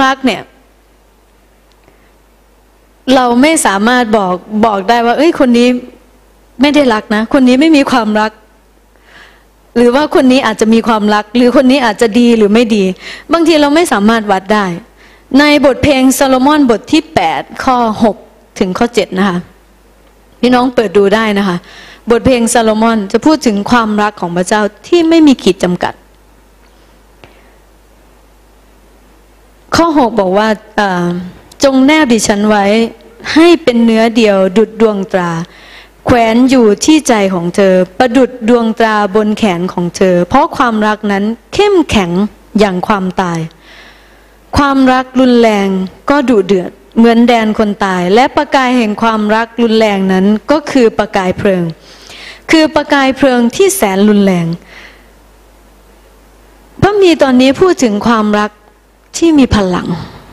รักเนี่ยเราไม่สามารถบอกได้ว่าเอ้ยคนนี้ไม่ได้รักนะคนนี้ไม่มีความรักหรือว่าคนนี้อาจจะมีความรักหรือคนนี้อาจจะดีหรือไม่ดีบางทีเราไม่สามารถวัดได้ในบทเพลงซาโลมอนบทที่8ข้อ6ถึงข้อ7นะคะพี่น้องเปิดดูได้นะคะบทเพลงซาโลมอนจะพูดถึงความรักของพระเจ้าที่ไม่มีขีดจำกัดข้อ6บอกว่าจงแนบดิฉันไว้ให้เป็นเนื้อเดียวดุจดวงตราแขวนอยู่ที่ใจของเธอประดุจดวงตราบนแขนของเธอเพราะความรักนั้นเข้มแข็งอย่างความตายความรักรุนแรงก็ดุเดือดเหมือนแดนคนตายและประกายแห่งความรักรุนแรงนั้นก็คือประกายเพลิงคือประกายเพลิงที่แสนรุนแรงพระมีตอนนี้พูดถึงความรักที่มีพลัง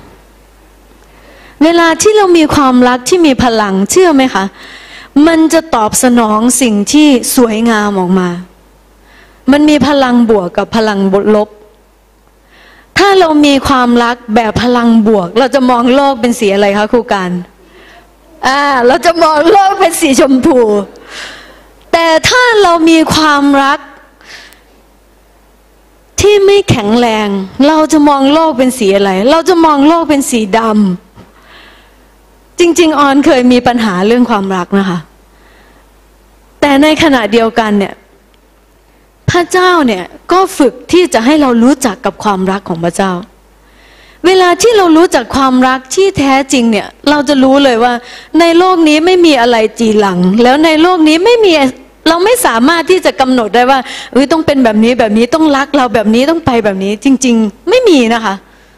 เวลาที่เรามีความรักที่มีพลังเชื่อไหมคะมันจะตอบสนองสิ่งที่สวยงามออกมามันมีพลังบวกกับพลังลบถ้าเรามีความรักแบบพลังบวกเราจะมองโลกเป็นสีอะไรคะครูการเราจะมองโลกเป็นสีชมพูแต่ถ้าเรามีความรักที่ไม่แข็งแรงเราจะมองโลกเป็นสีอะไรเราจะมองโลกเป็นสีดำจริงๆออนเคยมีปัญหาเรื่องความรักนะคะแต่ในขณะเดียวกันเนี่ยพระเจ้าเนี่ยก็ฝึกที่จะให้เรารู้จักกับความรักของพระเจ้าเวลาที่เรารู้จักความรักที่แท้จริงเนี่ยเราจะรู้เลยว่าในโลกนี้ไม่มีอะไรจีหลังแล้วในโลกนี้ไม่มีเราไม่สามารถที่จะกำหนดได้ว่าต้องเป็นแบบนี้แบบนี้ต้องรักเราแบบนี้ต้องไปแบบนี้จริงๆไม่มีนะคะ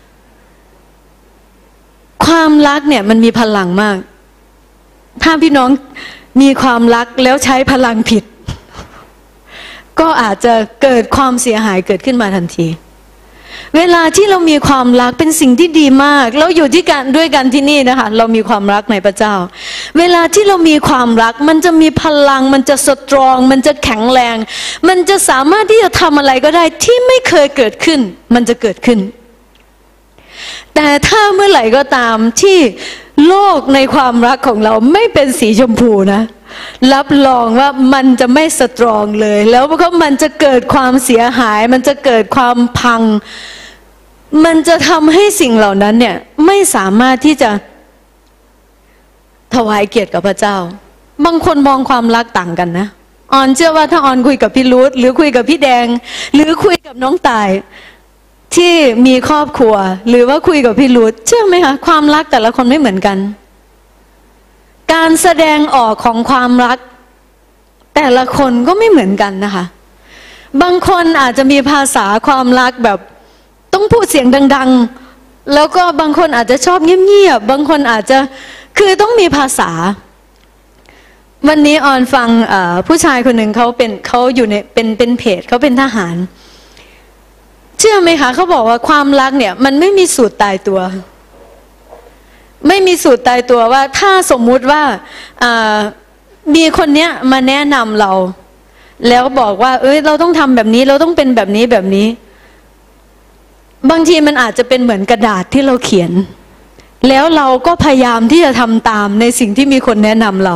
ความรักเนี่ยมันมีพลังมากถ้าพี่น้องมีความรักแล้วใช้พลังผิดก็อาจจะเกิดความเสียหายเกิดขึ้นมาทันทีเวลาที่เรามีความรักเป็นสิ่งที่ดีมากเราอยู่ที่กันด้วยกันที่นี่นะคะเรามีความรักในพระเจ้าเวลาที่เรามีความรักมันจะมีพลังมันจะสตรองมันจะแข็งแรงมันจะสามารถที่จะทำอะไรก็ได้ที่ไม่เคยเกิดขึ้นมันจะเกิดขึ้นแต่ถ้าเมื่อไหร่ก็ตามที่โลกในความรักของเราไม่เป็นสีชมพูนะรับรองว่ามันจะไม่สตรองเลยแล้วก็มันจะเกิดความเสียหายมันจะเกิดความพังมันจะทำให้สิ่งเหล่านั้นเนี่ยไม่สามารถที่จะถวายเกียรติกับพระเจ้าบางคนมองความรักต่างกันนะออนเชื่อว่าถ้าออนคุยกับพี่รุธหรือคุยกับพี่แดงหรือคุยกับน้องตายที่มีครอบครัวหรือว่าคุยกับพี่รุธเชื่อไหมคะความรักแต่ละคนไม่เหมือนกันการแสดงออกของความรักแต่ละคนก็ไม่เหมือนกันนะคะบางคนอาจจะมีภาษาความรักแบบต้องพูดเสียงดังๆแล้วก็บางคนอาจจะชอบเงียบๆบางคนอาจจะคือต้องมีภาษาวันนี้ออนฟังผู้ชายคนหนึ่งเขาอยู่ในเป็นเพจเขาเป็นทหารเชื่อไหมคะเขาบอกว่าความรักเนี่ยมันไม่มีสูตรตายตัวไม่มีสูตรตายตัวว่าถ้าสมมุติว่ามีคนเนี้ยมาแนะนำเราแล้วบอกว่าเราต้องทำแบบนี้เราต้องเป็นแบบนี้แบบนี้บางทีมันอาจจะเป็นเหมือนกระดาษที่เราเขียนแล้วเราก็พยายามที่จะทำตามในสิ่งที่มีคนแนะนำเรา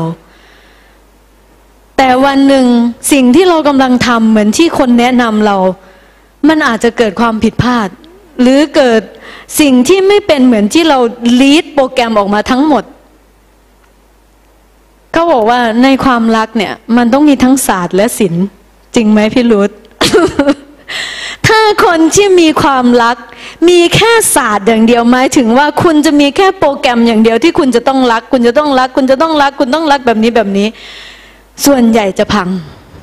แต่วันหนึ่งสิ่งที่เรากำลังทำเหมือนที่คนแนะนำเรามันอาจจะเกิดความผิดพลาดหรือเกิดสิ่งที่ไม่เป็นเหมือนที่เราลีดโปรแกรมออกมาทั้งหมดเขาบอกว่าในความรักเนี่ยมันต้องมีทั้งศาสตร์และศิลป์จริงไหมพี่รุธ ถ้าคนที่มีความรักมีแค่ศาสตร์อย่างเดียวหมายถึงว่าคุณจะมีแค่โปรแกรมอย่างเดียวที่คุณจะต้องรักคุณจะต้องรักคุณจะต้องรักคุณต้องรักแบบนี้แบบนี้ส่วนใหญ่จะพัง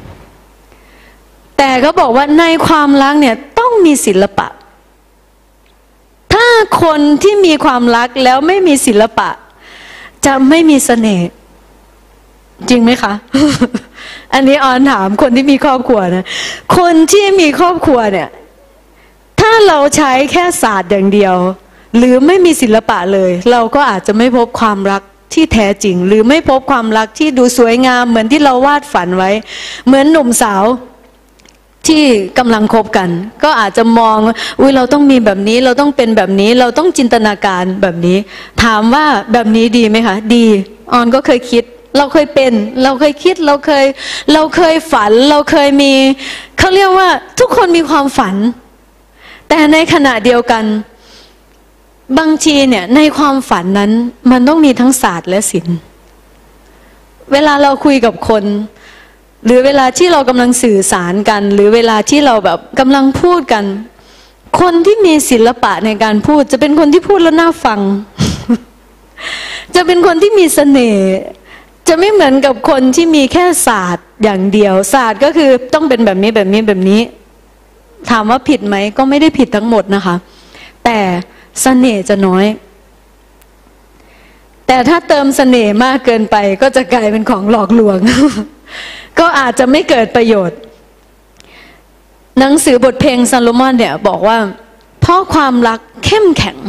แต่เขาบอกว่าในความรักเนี่ยต้องมีศิลปะถ้าคนที่มีความรักแล้วไม่มีศิลปะจะไม่มีเสน่ห์จริงไหมคะ อันนี้ออนถามคนที่มีครอบครัวนะคนที่มีครอบครัวเนี่ยถ้าเราใช้แค่ศาสตร์อย่างเดียวหรือไม่มีศิลปะเลยเราก็อาจจะไม่พบความรักที่แท้จริงหรือไม่พบความรักที่ดูสวยงามเหมือนที่เราวาดฝันไว้เหมือนหนุ่มสาวที่กำลังคบกันก็อาจจะมองอุ้ยเราต้องมีแบบนี้เราต้องเป็นแบบนี้เราต้องจินตนาการแบบนี้ถามว่าแบบนี้ดีไหมคะดีออนก็เคยคิดเราเคยเป็นเราเคยคิดเราเคยฝันเราเคยมีเขาเรียกว่าทุกคนมีความฝันแต่ในขณะเดียวกันบางทีเนี่ยในความฝันนั้นมันต้องมีทั้งศาสตร์และศิลป์เวลาเราคุยกับคนหรือเวลาที่เรากำลังสื่อสารกันหรือเวลาที่เราแบบกำลังพูดกันคนที่มีศิลปะในการพูดจะเป็นคนที่พูดแล้วน่าฟัง จะเป็นคนที่มีเสน่ห์จะไม่เหมือนกับคนที่มีแค่ศาสตร์อย่างเดียวศาสตร์ก็คือต้องเป็นแบบนี้แบบนี้แบบนี้ถามว่าผิดไหมก็ไม่ได้ผิดทั้งหมดนะคะแต่เสน่ห์จะน้อยแต่ถ้าเติมเสน่ห์มากเกินไปก็จะกลายเป็นของหลอกลวง ก็อาจจะไม่เกิดประโยชน์หนังสือบทเพลงซาโลมอนเนี่ยบอกว่าเพราะความรักเข้มแข็ง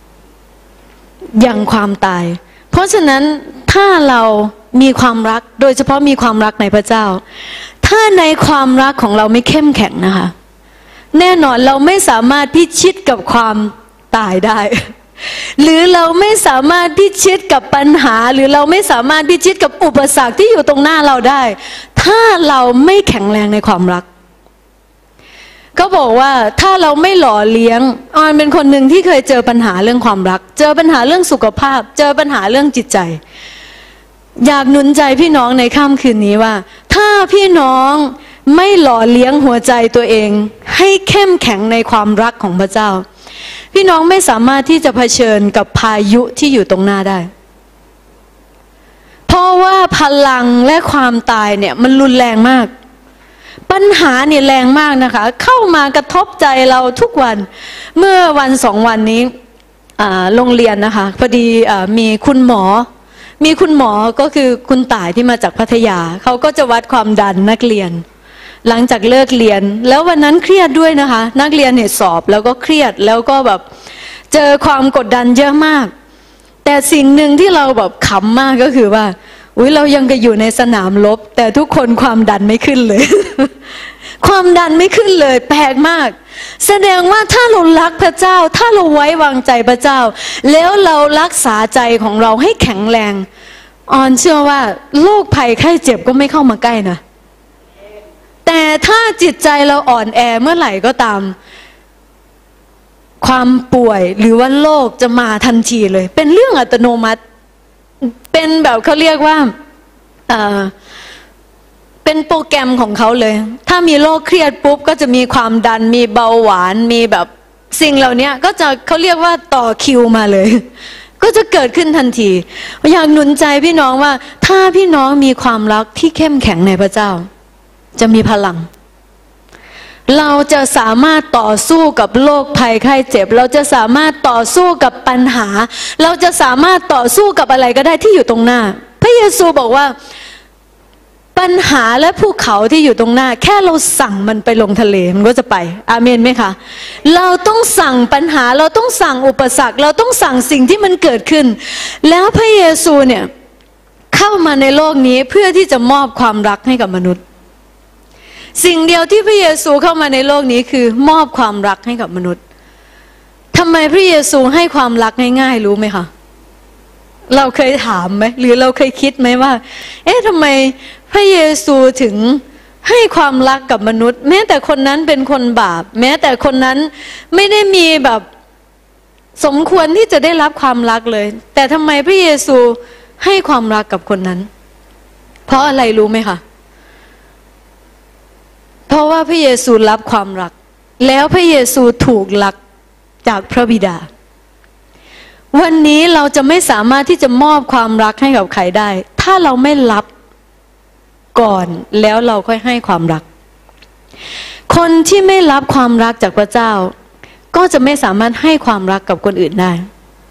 อย่างความตายเพราะฉะนั้นถ้าเรามีความรักโดยเฉพาะมีความรักในพระเจ้าถ้าในความรักของเราไม่เข้มแข็งนะคะแน่นอนเราไม่สามารถพิชิตกับความตายได้ หรือเราไม่สามารถพิชิตกับปัญหาหรือเราไม่สามารถพิชิตกับอุปสรรคที่อยู่ตรงหน้าเราได้ถ้าเราไม่แข็งแรงในความรักก็บอกว่าถ้าเราไม่หล่อเลี้ยงออนเป็นคนหนึ่งที่เคยเจอปัญหาเรื่องความรักเจอปัญหาเรื่องสุขภาพเจอปัญหาเรื่องจิตใจอยากหนุนใจพี่น้องในค่ำคืนนี้ว่าถ้าพี่น้องไม่หล่อเลี้ยงหัวใจตัวเองให้เข้มแข็งในความรักของพระเจ้าพี่น้องไม่สามารถที่จะเผชิญกับพายุที่อยู่ตรงหน้าได้เพราะว่าพลังและความตายเนี่ยมันรุนแรงมากปัญหาเนี่ยแรงมากนะคะเข้ามากระทบใจเราทุกวันเมื่อวันสองวันนี้โรงเรียนนะคะพอดีมีคุณหมอก็คือคุณต่ายที่มาจากพัทยาเขาก็จะวัดความดันนักเรียนหลังจากเลิกเรียนแล้ววันนั้นเครียดด้วยนะคะนักเรียนเนี่ยสอบแล้วก็เครียดแล้วก็แบบเจอความกดดันเยอะมากแต่สิ่งหนึ่งที่เราแบบขำมากก็คือว่าเรายังก็อยู่ในสนามรบแต่ทุกคนความดันไม่ขึ้นเลย ความดันไม่ขึ้นเลยแปลกมากแสดงว่าถ้าเรารักพระเจ้าถ้าเราไว้วางใจพระเจ้าแล้วเรารักษาใจของเราให้แข็งแรงออนเชื่อว่าโรคภัยไข้เจ็บก็ไม่เข้ามาใกล้นะแต่ถ้าจิตใจเราอ่อนแอเมื่อไหร่ก็ตามความป่วยหรือว่าโรคจะมาทันทีเลยเป็นเรื่องอัตโนมัติเป็นแบบเขาเรียกว่าเป็นโปรแกรมของเขาเลยถ้ามีโรคเครียดปุ๊บก็จะมีความดันมีเบาหวานมีแบบสิ่งเหล่านี้ก็จะเขาเรียกว่าต่อคิวมาเลยก็จะเกิดขึ้นทันทีอยากหนุนใจพี่น้องว่าถ้าพี่น้องมีความรักที่เข้มแข็งในพระเจ้าจะมีพลังเราจะสามารถต่อสู้กับโรคภัยไข้เจ็บเราจะสามารถต่อสู้กับปัญหาเราจะสามารถต่อสู้กับอะไรก็ได้ที่อยู่ตรงหน้าพระเยซูบอกว่าปัญหาและภูเขาที่อยู่ตรงหน้าแค่เราสั่งมันไปลงทะเลมันก็จะไปอาเมนไหมคะเราต้องสั่งปัญหาเราต้องสั่งอุปสรรคเราต้องสั่งสิ่งที่มันเกิดขึ้นแล้วพระเยซูเนี่ยเข้ามาในโลกนี้เพื่อที่จะมอบความรักให้กับมนุษย์สิ่งเดียวที่พระเยซูเข้ามาในโลกนี้คือมอบความรักให้กับมนุษย์ทำไมพระเยซูให้ความรักง่ายๆรู้ไหมคะเราเคยถามไหมหรือเราเคยคิดไหมว่าทำไมพระเยซูถึงให้ความรักกับมนุษย์แม้แต่คนนั้นเป็นคนบาปแม้แต่คนนั้นไม่ได้มีแบบสมควรที่จะได้รับความรักเลยแต่ทำไมพระเยซูให้ความรักกับคนนั้นเพราะอะไรรู้ไหมคะเพราะว่าพระเยซูรับความรักแล้วพระเยซูถูกรักจากพระบิดาวันนี้เราจะไม่สามารถที่จะมอบความรักให้กับใครได้ถ้าเราไม่รับก่อนแล้วเราค่อยให้ความรักคนที่ไม่รับความรักจากพระเจ้าก็จะไม่สามารถให้ความรักกับคนอื่นได้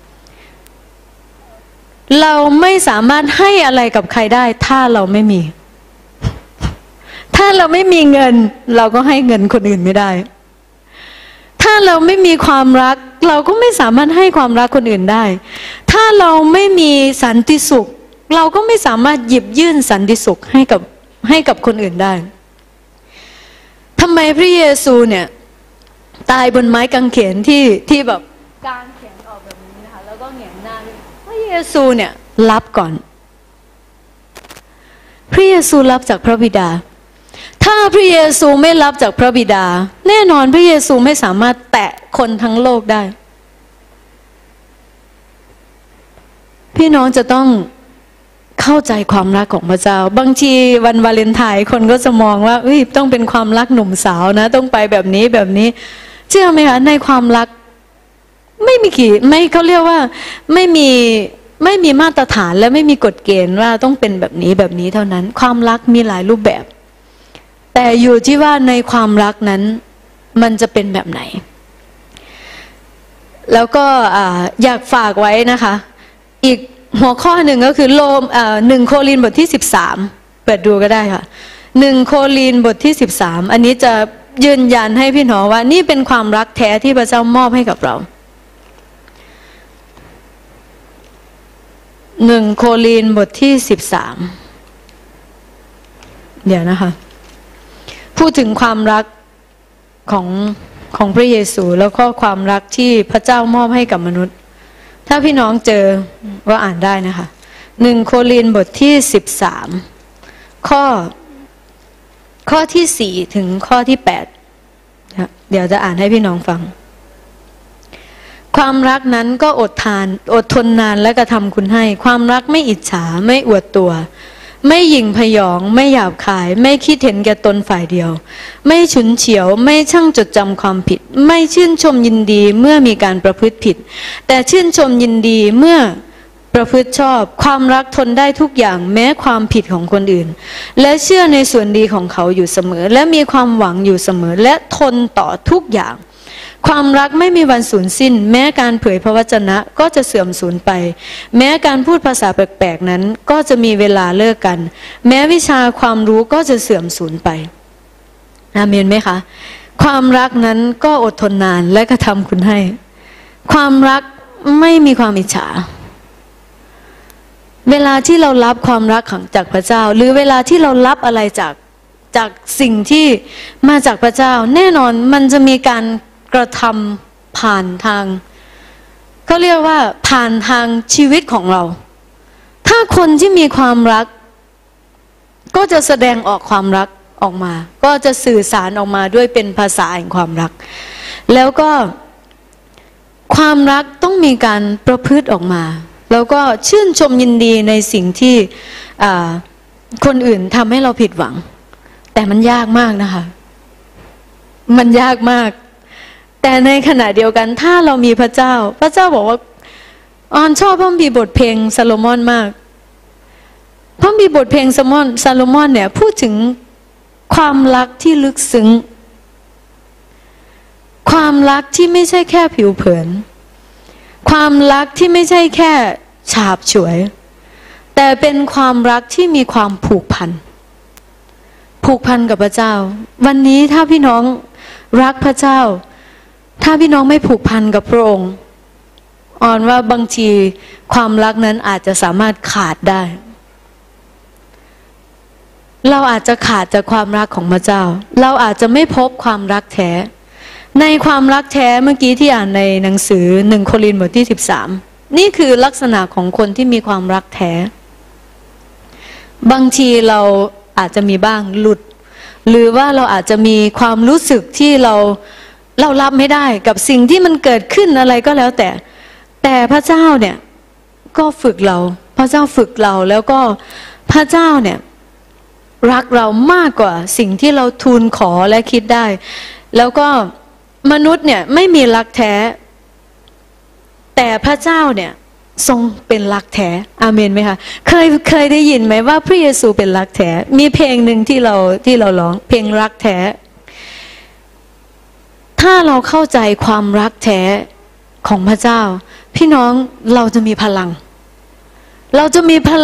เราไม่สามารถให้อะไรกับใครได้ถ้าเราไม่มีถ้าเราไม่มีเงินเราก็ให้เงินคนอื่นไม่ได้ถ้าเราไม่มีความรักเราก็ไม่สามารถให้ความรักคนอื่นได้ถ้าเราไม่มีสันติสุขเราก็ไม่สามารถหยิบยื่นสันติสุขให้กับคนอื่นได้ทำไมพระเยซูเนี่ยตายบนไม้กางเขนที่แบบกางแขนออกแบบนี้นะคะแล้วก็แหงนหน้าพระเยซูเนี่ยรับก่อนพระเยซูรับจากพระบิดาถ้าพระเยซูไม่รับจากพระบิดาแน่นอนพระเยซูไม่สามารถแตะคนทั้งโลกได้พี่น้องจะต้องเข้าใจความรักของพระเจ้าบางทีวันวาเลนไทน์คนก็จะมองว่าต้องเป็นความรักหนุ่มสาวนะต้องไปแบบนี้แบบนี้เชื่อไหมคะในความรักไม่มีไม่เขาเรียกว่าไม่มีมาตรฐานและไม่มีกฎเกณฑ์ว่าต้องเป็นแบบนี้แบบนี้เท่านั้นความรักมีหลายรูปแบบแต่อยู่ที่ว่าในความรักนั้นมันจะเป็นแบบไหนแล้วก็อยากฝากไว้นะคะอีกหัวข้อหนึ่งก็คือ1 โครินธ์บทที่13เปิดดูก็ได้ค่ะ1 โครินธ์บทที่13อันนี้จะยืนยันให้พี่น้องว่านี่เป็นความรักแท้ที่พระเจ้ามอบให้กับเรา1 โครินธ์บทที่13เดี๋ยวนะคะพูดถึงความรักของพระเยซูแล้วก็ความรักที่พระเจ้ามอบให้กับมนุษย์ถ้าพี่น้องเจอว่าอ่านได้นะคะ1 โครินธ์บทที่13ข้อที่4ถึงข้อที่8เดี๋ยวจะอ่านให้พี่น้องฟังความรักนั้นก็อดทนนานและกระทำคุณให้ความรักไม่อิจฉาไม่อวดตัวไม่หยิ่งพยองไม่หยาบคายไม่คิดเห็นแก่ตนฝ่ายเดียวไม่ฉุนเฉียวไม่ช่างจดจำความผิดไม่ชื่นชมยินดีเมื่อมีการประพฤติผิดแต่ชื่นชมยินดีเมื่อประพฤติชอบความรักทนได้ทุกอย่างแม้ความผิดของคนอื่นและเชื่อในส่วนดีของเขาอยู่เสมอและมีความหวังอยู่เสมอและทนต่อทุกอย่างความรักไม่มีวันสูญสิ้นแม้การเผยพระวจนะก็จะเสื่อมสูญไปแม้การพูดภาษาแปลกๆนั้นก็จะมีเวลาเลิกกันแม้วิชาความรู้ก็จะเสื่อมสูญไปอาเมนไหมคะความรักนั้นก็อดทนนานและกระทำคุณให้ความรักไม่มีความอิจฉาเวลาที่เรารับความรักจากพระเจ้าหรือเวลาที่เรารับอะไรจากสิ่งที่มาจากพระเจ้าแน่นอนมันจะมีการกระทำผ่านทางเขาเรียกว่าผ่านทางชีวิตของเราถ้าคนที่มีความรักก็จะแสดงออกความรักออกมาก็จะสื่อสารออกมาด้วยเป็นภาษาแห่งความรักแล้วก็ความรักต้องมีการประพฤติออกมาแล้วก็ชื่นชมยินดีในสิ่งที่คนอื่นทำให้เราผิดหวังแต่มันยากมากนะคะมันยากมากแต่ในขณะเดียวกันถ้าเรามีพระเจ้าบอกว่าออนชอบพระคัมภีร์บทเพลงซาโลมอนมากพระคัมภีร์บทเพลงซาโลมอนเนี่ยพูดถึงความรักที่ลึกซึ้งความรักที่ไม่ใช่แค่ผิวเผินความรักที่ไม่ใช่แค่ฉาบฉวยแต่เป็นความรักที่มีความผูกพันกับพระเจ้าวันนี้ถ้าพี่น้องรักพระเจ้าถ้าพี่น้องไม่ผูกพันกับพระองค์อ่อนว่าบางทีความรักนั้นอาจจะสามารถขาดได้เราอาจจะขาดจากความรักของพระเจ้าเราอาจจะไม่พบความรักแท้ในความรักแท้เมื่อกี้ที่อ่านในหนังสือ1 โครินธ์บทที่13นี่คือลักษณะของคนที่มีความรักแท้บางทีเราอาจจะมีบ้างหลุดหรือว่าเราอาจจะมีความรู้สึกที่เรารับไม่ได้กับสิ่งที่มันเกิดขึ้นอะไรก็แล้วแต่พระเจ้าเนี่ยก็ฝึกเราพระเจ้าฝึกเราแล้วก็พระเจ้าเนี่ยรักเรามากกว่าสิ่งที่เราทูลขอและคิดได้แล้วก็มนุษย์เนี่ยไม่มีรักแท้แต่พระเจ้าเนี่ยทรงเป็นรักแท้อาเมนไหมคะเคยได้ยินไหมว่าพระเยซูเป็นรักแท้มีเพลงหนึ่งที่เราร้องเพลงรักแท้ถ้าเราเข้าใจความรักแท้ของพระเจ้าพี่น้องเราจะมีพลังเราจะ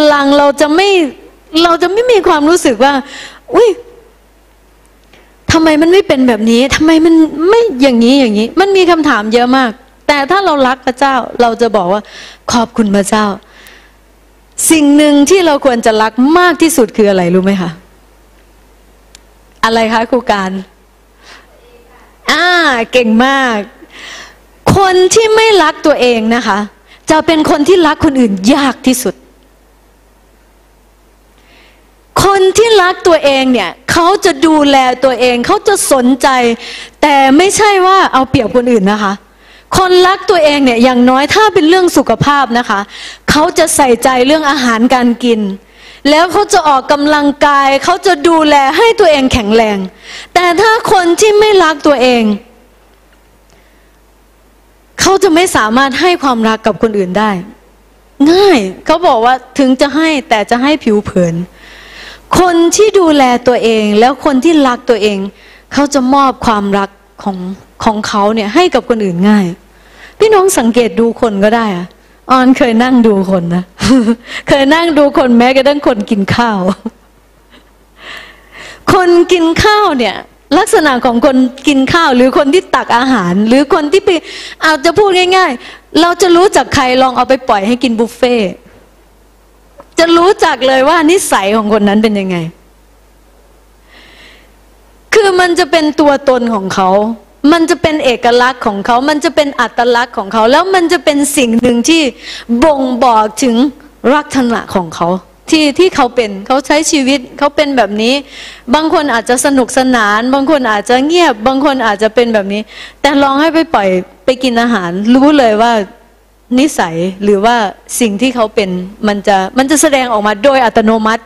ไม่มีความรู้สึกว่าอุ๊ยทำไมมันไม่เป็นแบบนี้ทำไมมันไม่อย่างนี้มันมีคำถามเยอะมากแต่ถ้าเรารักพระเจ้าเราจะบอกว่าขอบคุณพระเจ้าสิ่งหนึ่งที่เราควรจะรักมากที่สุดคืออะไรรู้ไหมคะอะไรคะครูการเก่งมากคนที่ไม่รักตัวเองนะคะจะเป็นคนที่รักคนอื่นยากที่สุดคนที่รักตัวเองเนี่ยเขาจะดูแลตัวเองเขาจะสนใจแต่ไม่ใช่ว่าเอาเปรียบคนอื่นนะคะคนรักตัวเองเนี่ยอย่างน้อยถ้าเป็นเรื่องสุขภาพนะคะเขาจะใส่ใจเรื่องอาหารการกินแล้วเขาจะออกกำลังกายเขาจะดูแลให้ตัวเองแข็งแรงแต่ถ้าคนที่ไม่รักตัวเองเขาจะไม่สามารถให้ความรักกับคนอื่นได้ง่ายเขาบอกว่าถึงจะให้แต่จะให้ผิวเผินคนที่ดูแลตัวเองแล้วคนที่รักตัวเองเขาจะมอบความรักของเขาเนี่ยให้กับคนอื่นง่ายพี่น้องสังเกตดูคนก็ได้อะออนเคยนั่งดูคนนะ เคยนั่งดูคนแม้กระทั่งคนกินข้าวคนกินข้าวเนี่ยลักษณะของคนกินข้าวหรือคนที่ตักอาหารหรือคนที่ไปอาจจะพูดง่ายๆเราจะรู้จักใครลองเอาไปปล่อยให้กินบุฟเฟ่จะรู้จักเลยว่านิสัยของคนนั้นเป็นยังไงคือมันจะเป็นตัวตนของเขามันจะเป็นเอกลักษณ์ของเขามันจะเป็นอัตลักษณ์ของเขาแล้วมันจะเป็นสิ่งหนึ่งที่บ่งบอกถึงลักษณะของเขาที่เขาเป็นเขาใช้ชีวิตเขาเป็นแบบนี้บางคนอาจจะสนุกสนานบางคนอาจจะเงียบบางคนอาจจะเป็นแบบนี้แต่ลองให้ไปปล่อยไปกินอาหารรู้เลยว่านิสัยหรือว่าสิ่งที่เขาเป็นมันจะแสดงออกมาโดยอัตโนมัติ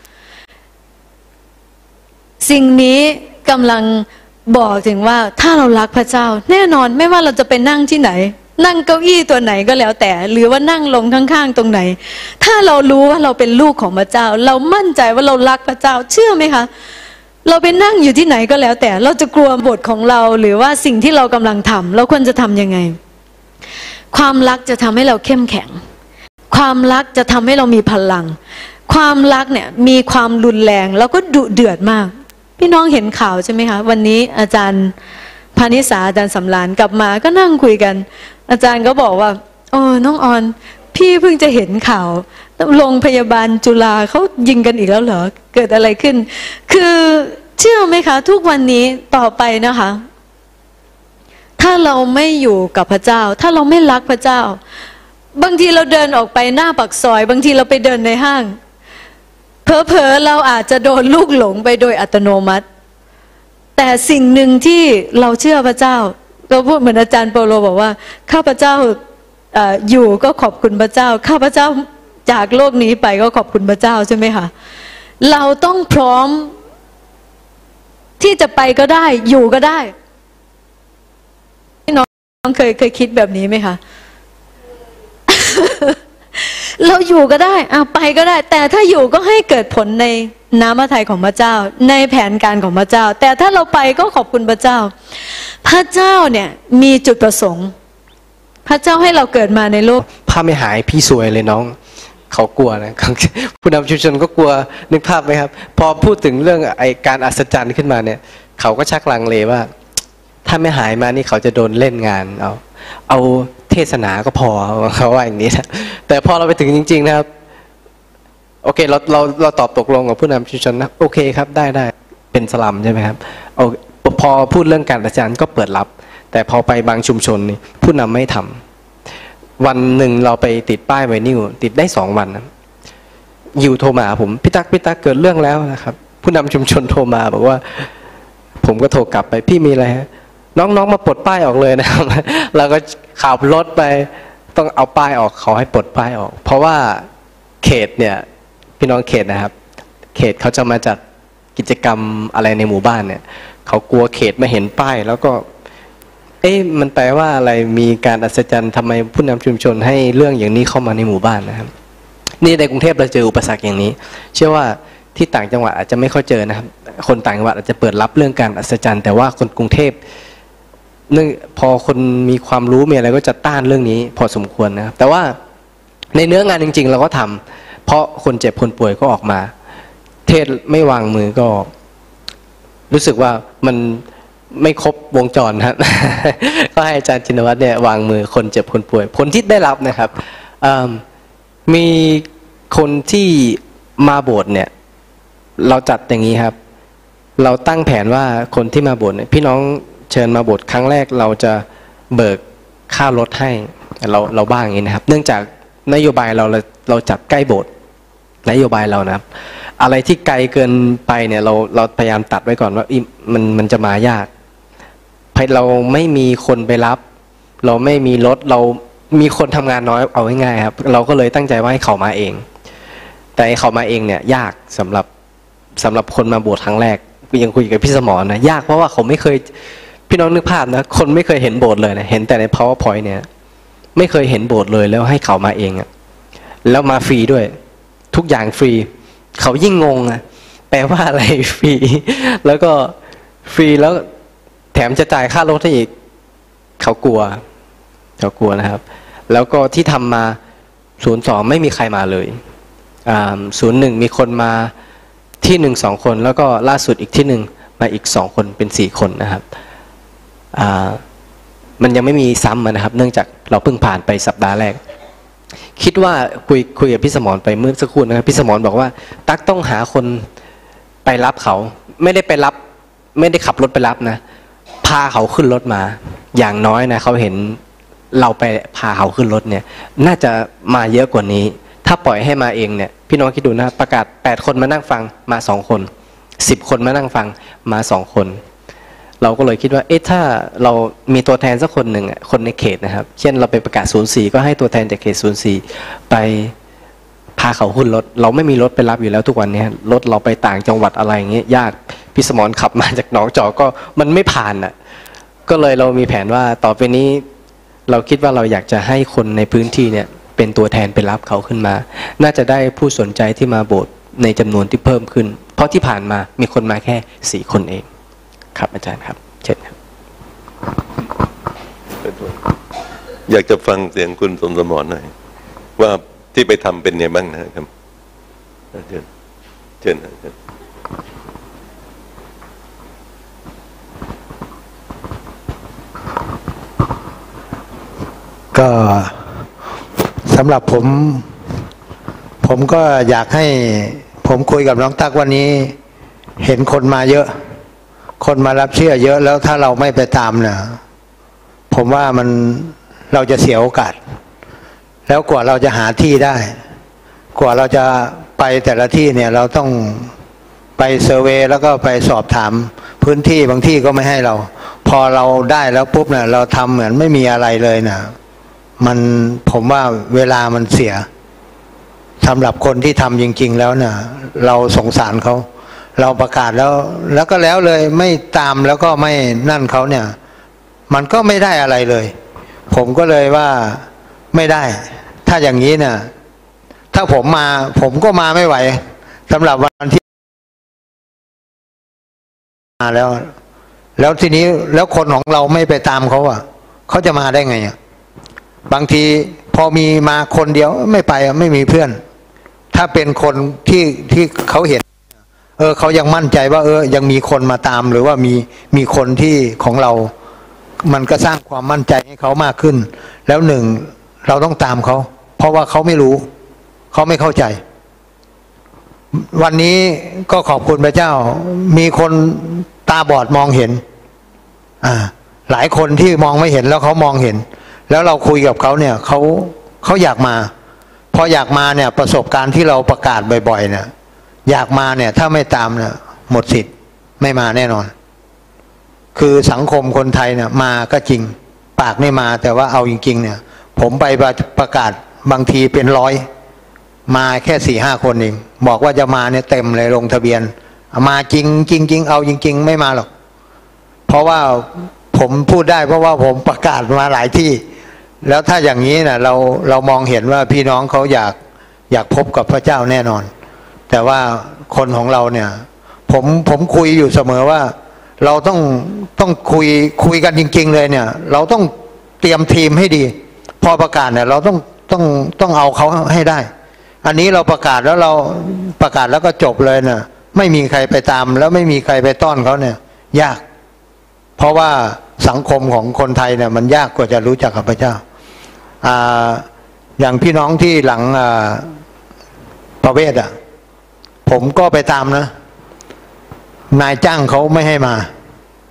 สิ่งนี้กำลังบอกถึงว่าถ้าเรารักพระเจ้าแน่นอนไม่ว่าเราจะไปนั่งที่ไหนนั่งเก้าอี้ตัวไหนก็แล้วแต่หรือว่านั่งลงข้างๆตรงไหนถ้าเรารู้ว่าเราเป็นลูกของพระเจ้าเรามั่นใจว่าเรารักพระเจ้าเชื่อไหมคะเราไปนั่งอยู่ที่ไหนก็แล้วแต่เราจะกลัวบทของเราหรือว่าสิ่งที่เรากำลังทำเราควรจะทำยังไงความรักจะทำให้เราเข้มแข็งความรักจะทำให้เรามีพลังความรักเนี่ยมีความรุนแรงแล้วก็ดุเดือดมากพี่น้องเห็นข่าวใช่ไหมคะวันนี้อาจารย์พานิสาอาจารย์สำรานกลับมาก็นั่งคุยกันอาจารย์ก็บอกว่าน้องออนพี่เพิ่งจะเห็นข่าวโรงพยาบาลจุฬาเขายิงกันอีกแล้วเหรอเกิดอะไรขึ้นคือเชื่อไหมคะทุกวันนี้ต่อไปนะคะถ้าเราไม่อยู่กับพระเจ้าถ้าเราไม่รักพระเจ้าบางทีเราเดินออกไปหน้าปากซอยบางทีเราไปเดินในห้างเผลอๆเราอาจจะโดนลูกหลงไปโดยอัตโนมัติแต่สิ่งหนึ่งที่เราเชื่อพระเจ้าก็พูดเหมือนอาจารย์เปโลบอกว่าข้าพเจ้าอยู่ก็ขอบคุณพระเจ้าข้าพเจ้าจากโลกนี้ไปก็ขอบคุณพระเจ้าใช่ไหมคะเราต้องพร้อมที่จะไปก็ได้อยู่ก็ได้พี่น้องเคยคิดแบบนี้ไหมคะ เราอยู่ก็ได้ไปก็ได้แต่ถ้าอยู่ก็ให้เกิดผลในน้ำพระทัยของพระเจ้าในแผนการของพระเจ้าแต่ถ้าเราไปก็ขอบคุณพระเจ้าพระเจ้าเนี่ยมีจุดประสงค์พระเจ้าให้เราเกิดมาในโลกภาพไม่หายพี่สวยเลยน้องเขากลัวนะผู้นำชุมชนก็กลัวนึกภาพไหมครับพอพูดถึงเรื่องไอการอัศจรรย์ขึ้นมาเนี่ยเขาก็ชักลังเลว่าถ้าไม่หายมานี่เขาจะโดนเล่นงานเอาเทศนาก็พอเขาว่าอย่างนี้นะแต่พอเราไปถึงจริงๆนะครับโอเคเราตอบตกลงกับผู้นำชุมชนนะโอเคครับได้เป็นสลัมใช่ไหมครับพอพูดเรื่องการอัศจรรย์ก็เปิดรับแต่พอไปบางชุมชนนี่ผู้นำไม่ทำวันหนึ่งเราไปติดป้ายไวนิวติดได้2 วันนะยิวโทรมาผมพี่ตั๊กเกิดเรื่องแล้วนะครับผู้นำชุมชนโทรมาบอกว่าผมก็โทรกลับไปพี่มีอะไรฮะน้องมาปลดป้ายออกเลยนะครับเราก็ขับรถไปต้องเอาป้ายออกขอให้ปลดป้ายออกเพราะว่าเขตเนี่ยพี่น้องเขตนะครับเขตเขาจะมาจัดกิจกรรมอะไรในหมู่บ้านเนี่ยเขากลัวเขตไม่เห็นป้ายแล้วก็มันแปลว่าอะไรมีการอัศจรรย์ทำไมผู้นำชุมชนให้เรื่องอย่างนี้เข้ามาในหมู่บ้านนะครับนี่ในกรุงเทพเราเจออุปสรรคอย่างนี้เชื่อว่าที่ต่างจังหวัดอาจจะไม่ค่อยเจอนะครับคนต่างจังหวัดอาจจะเปิดรับเรื่องการอัศจรรย์แต่ว่าคนกรุงเทพพอคนมีความรู้มีอะไรก็จะต้านเรื่องนี้พอสมควรนะครับแต่ว่าในเนื้องานจริงๆเราก็ทำเพราะคนเจ็บคนป่วยก็ออกมาเทศไม่วางมือก็รู้สึกว่ามันไม่ครบวงจรครับ ก็ให้อาจารย์ชินวัตรเนี่ยวางมือคนเจ็บคนป่วยผลที่ได้รับนะครับมีคนที่มาโบสถ์เนี่ยเราจัดอย่างนี้ครับเราตั้งแผนว่าคนที่มาโบสถ์เนี่ยพี่น้องเชิญมาโบสถ์ครั้งแรกเราจะเบิกค่ารถให้เราบ้างอย่างนี้นะครับเนื่องจากนโยบายเราจัดใกล้โบสถ์นโยบายเรานะครับอะไรที่ไกลเกินไปเนี่ยเราพยายามตัดไว้ก่อนว่ามันจะมายากเราไม่มีคนไปรับเราไม่มีรถเรามีคนทำงานน้อยเอาง่ายๆครับเราก็เลยตั้งใจว่าให้เขามาเองแต่เขามาเองเนี่ยยากสำหรับคนมาบวชครั้งแรกยังคุยกับพี่สมรนะยากเพราะว่าเขาไม่เคยพี่น้องนึกภาพนะคนไม่เคยเห็นโบสถ์เลยนะเห็นแต่ใน PowerPoint เนี่ยไม่เคยเห็นโบสถ์เลยแล้วให้เขามาเองอะแล้วมาฟรีด้วยทุกอย่างฟรีเขายิ่งงงอะแปลว่าอะไรฟรีแล้วก็ฟรีแล้วแถมจะจ่ายค่ารถให้อีกเขากลัวนะครับแล้วก็ที่ทำมา02ไม่มีใครมาเลย01มีคนมาที่1 2 คนแล้วก็ล่าสุดอีกที่1มาอีก2 คนเป็น4 คนนะครับมันยังไม่มีซ้ำนะครับเนื่องจากเราเพิ่งผ่านไปสัปดาห์แรกคิดว่าคุยกับพี่สมรไปเมื่อสักครู่นะครับพี่สมรบอกว่าตั๊กต้องหาคนไปรับเขาไม่ได้ไปรับไม่ได้ขับรถไปรับนะพาเขาขึ้นรถมาอย่างน้อยนะเขาเห็นเราไปพาเขาขึ้นรถเนี่ยน่าจะมาเยอะกว่านี้ถ้าปล่อยให้มาเองเนี่ยพี่น้องคิดดูนะประกาศ8 คนมานั่งฟังมา2 คน10 คนมานั่งฟังมา2 คนเราก็เลยคิดว่าถ้าเรามีตัวแทนสักคนหนึ่งคนในเขตนะครับเช่นเราไปประกาศ04ก็ให้ตัวแทนจากเขต04ไปพาเขาขึ้นรถเราไม่มีรถไปรับอยู่แล้วทุกวันนี้รถเราไปต่างจังหวัดอะไรอย่างเงี้ยยากพี่สมรขับมาจากหนองจอกก็มันไม่ผ่านก็เลยเรามีแผนว่าต่อไปนี้เราคิดว่าเราอยากจะให้คนในพื้นที่เนี่ยเป็นตัวแทนไปรับเขาขึ้นมาน่าจะได้ผู้สนใจที่มาโบสถ์ในจำนวนที่เพิ่มขึ้นเพราะที่ผ่านมามีคนมาแค่4 คนเองครับอาจารย์ครับเชิญครับอยากจะฟังเสียงคุณสมสมรหน่อยว่าที่ไปทำเป็นไงบ้างนะครับเชิญก็สำหรับผมก็อยากให้ผมคุยกับน้องตั๊กวันนี้เห็นคนมาเยอะคนมารับเชื่อเยอะแล้วถ้าเราไม่ไปตามเนี่ยผมว่าเราจะเสียโอกาสแล้วกว่าเราจะหาที่ได้กว่าเราจะไปแต่ละที่เนี่ยเราต้องไปเซอร์เวย์แล้วก็ไปสอบถามพื้นที่บางที่ก็ไม่ให้เราพอเราได้แล้วปุ๊บเนี่ยเราทำเหมือนไม่มีอะไรเลยนะผมว่าเวลามันเสียสำหรับคนที่ทำจริงๆแล้วเนี่ยเราสงสารเขาเราประกาศแล้วก็แล้วเลยไม่ตามแล้วก็ไม่นั่นเขาเนี่ยมันก็ไม่ได้อะไรเลยผมก็เลยว่าไม่ได้ถ้าอย่างนี้เนี่ยถ้าผมก็มาไม่ไหวสำหรับวันที่มาแล้วทีนี้แล้วคนของเราไม่ไปตามเขาเขาจะมาได้ไงบางทีพอมีมาคนเดียวไม่ไปไม่มีเพื่อนถ้าเป็นคนที่เขาเห็นเขายังมั่นใจว่ายังมีคนมาตามหรือว่ามีคนที่ของเรามันก็สร้างความมั่นใจให้เขามากขึ้นแล้วเราต้องตามเขาเพราะว่าเขาไม่รู้เขาไม่เข้าใจวันนี้ก็ขอบคุณพระเจ้ามีคนตาบอดมองเห็นหลายคนที่มองไม่เห็นแล้วเขามองเห็นแล้วเราคุยกับเขาเนี่ยเขาอยากมาพออยากมาเนี่ยประสบการณ์ที่เราประกาศบ่อยๆเนี่ยอยากมาเนี่ยถ้าไม่ตามเนี่ยหมดสิทธิ์ไม่มาแน่นอนคือสังคมคนไทยเนี่ยมาก็จริงปากไม่มาแต่ว่าเอาจริงๆเนี่ยผมไปประกาศบางทีเป็น100มาแค่4-5 คนเองบอกว่าจะมาเนี่ยเต็มเลยลงทะเบียนมาจริงเอาจริงๆไม่มาหรอกเพราะว่าผมพูดได้เพราะว่าผมประกาศมาหลายที่แล้วถ้าอย่างนี้นะเรามองเห็นว่าพี่น้องเขาอยากพบกับพระเจ้าแน่นอนแต่ว่าคนของเราเนี่ยผมคุยอยู่เสมอว่าเราต้องคุยกันจริงๆเลยเนี่ยเราต้องเตรียมทีมให้ดีพอประกาศเนี่ยเราต้องเอาเขาให้ได้อันนี้เราประกาศแล้วเราประกาศแล้วก็จบเลยเนี่ยไม่มีใครไปตามแล้วไม่มีใครไปต้อนเขาเนี่ยยากเพราะว่าสังคมของคนไทยเนี่ยมันยากกว่าจะรู้จักกับพระเจ้าอย่างพี่น้องที่หลังประเวศผมก็ไปตามนะนายจ้างเขาไม่ให้มา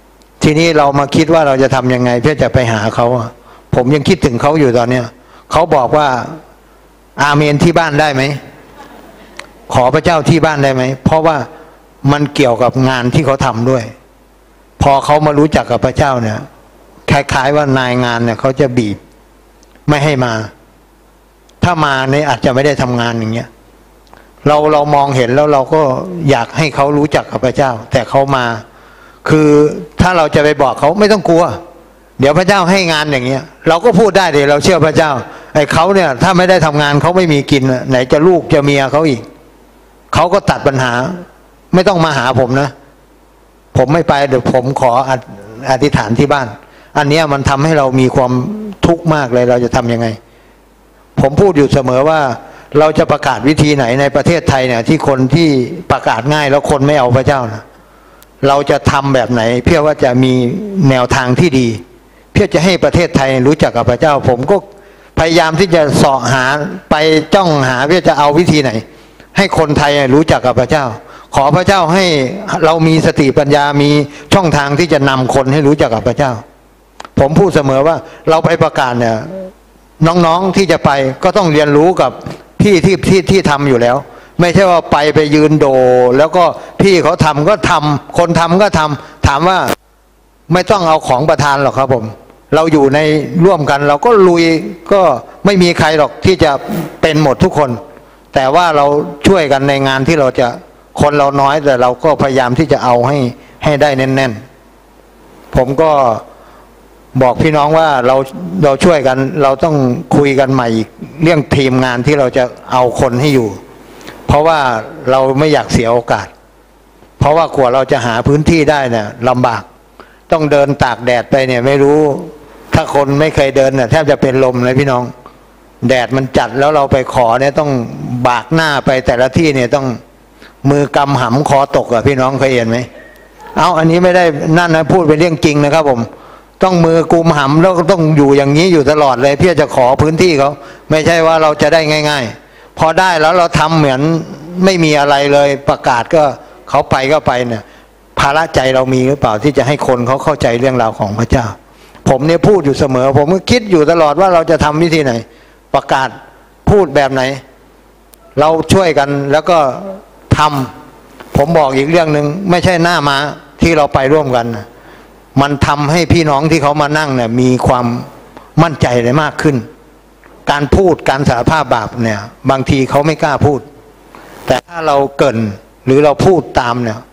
ทีนี้เรามาคิดว่าเราจะทำยังไงเพื่อจะไปหาเขาผมยังคิดถึงเขาอยู่ตอนเนี้ยเขาบอกว่าอาเมนที่บ้านได้ไหมขอพระเจ้าที่บ้านได้ไหมเพราะว่ามันเกี่ยวกับงานที่เขาทำด้วยพอเขามารู้จักกับพระเจ้าเนี่ยคล้ายๆว่านายงานเนี่ยเขาจะบีบไม่ให้มาถ้ามาเนี่ยอาจจะไม่ได้ทำงานอย่างเงี้ยเรามองเห็นแล้วเราก็อยากให้เขารู้จักกับพระเจ้าแต่เขามาคือถ้าเราจะไปบอกเขาไม่ต้องกลัวเดี๋ยวพระเจ้าให้งานอย่างเงี้ยเราก็พูดได้เลยเราเชื่อพระเจ้าไอ้เขาเนี่ยถ้าไม่ได้ทำงานเขาไม่มีกินไหนจะลูกจะเมียเขาอีกเขาก็ตัดปัญหาไม่ต้องมาหาผมนะผมไม่ไปเดี๋ยวผมขออธิษฐานที่บ้านอันเนี้ยมันทำให้เรามีความทุกข์มากเลยเราจะทำยังไงผมพูดอยู่เสมอว่าเราจะประกาศวิธีไหนในประเทศไทยเนี่ยที่คนที่ประกาศง่ายแล้วคนไม่เอาพระเจ้านะเราจะทำแบบไหนเพื่อว่าจะมีแนวทางที่ดีเพื่อจะให้ประเทศไทยรู้จักกับพระเจ้าผมก็พยายามที่จะเสาะหาไปจ้องหาเพื่อจะเอาวิธีไหนให้คนไทยรู้จักกับพระเจ้าขอพระเจ้าให้เรามีสติปัญญามีช่องทางที่จะนำคนให้รู้จักกับพระเจ้าผมพูดเสมอว่าเราไปประกาศเนี่ยน้องๆที่จะไปก็ต้องเรียนรู้กับพี่ที่ทำอยู่แล้วไม่ใช่ว่าไปยืนโดแล้วก็พี่เขาทำก็ทำคนทำก็ทำถามว่าไม่ต้องเอาของประทานหรอกครับผมเราอยู่ในร่วมกันเราก็ลุยก็ไม่มีใครหรอกที่จะเป็นหมดทุกคนแต่ว่าเราช่วยกันในงานที่เราจะคนเราน้อยแต่เราก็พยายามที่จะเอาให้ได้แน่นๆผมก็บอกพี่น้องว่าเราช่วยกันเราต้องคุยกันใหม่อีกเรื่องทีมงานที่เราจะเอาคนให้อยู่เพราะว่าเราไม่อยากเสียโอกาสเพราะว่ากว่าเราจะหาพื้นที่ได้เนี่ยลำบากต้องเดินตากแดดไปเนี่ยไม่รู้ถ้าคนไม่เคยเดินเนี่ยแทบจะเป็นลมเลยพี่น้องแดดมันจัดแล้วเราไปขอเนี่ยต้องบากหน้าไปแต่ละที่เนี่ยต้องมือกำหำคอตกอะพี่น้องเคยเห็นไหมเอาอันนี้ไม่ได้นั่นนะพูดเป็นเรื่องจริงนะครับผมต้องมือกุมหำแล้วก็ต้องอยู่อย่างนี้อยู่ตลอดเลยเพื่อจะขอพื้นที่เขาไม่ใช่ว่าเราจะได้ง่ายๆพอได้แล้วเราทำเหมือนไม่มีอะไรเลยประกาศก็เขาไปก็ไปเนี่ยภาระใจเรามีหรือเปล่าที่จะให้คนเขาเข้าใจเรื่องราวของพระเจ้าผมเนี่ยพูดอยู่เสมอผมก็คิดอยู่ตลอดว่าเราจะทำวิธีไหนประกาศพูดแบบไหนเราช่วยกันแล้วก็ทำผมบอกอีกเรื่องหนึ่งไม่ใช่หน้ามาที่เราไปร่วมกันมันทำให้พี่น้องที่เขามานั่งเนี่ยมีความมั่นใจเลยมากขึ้นการพูดการสารภาพบาปเนี่ยบางทีเขาไม่กล้าพูดแต่ถ้าเราเกริ่นหรือเราพูดตามเนี่ย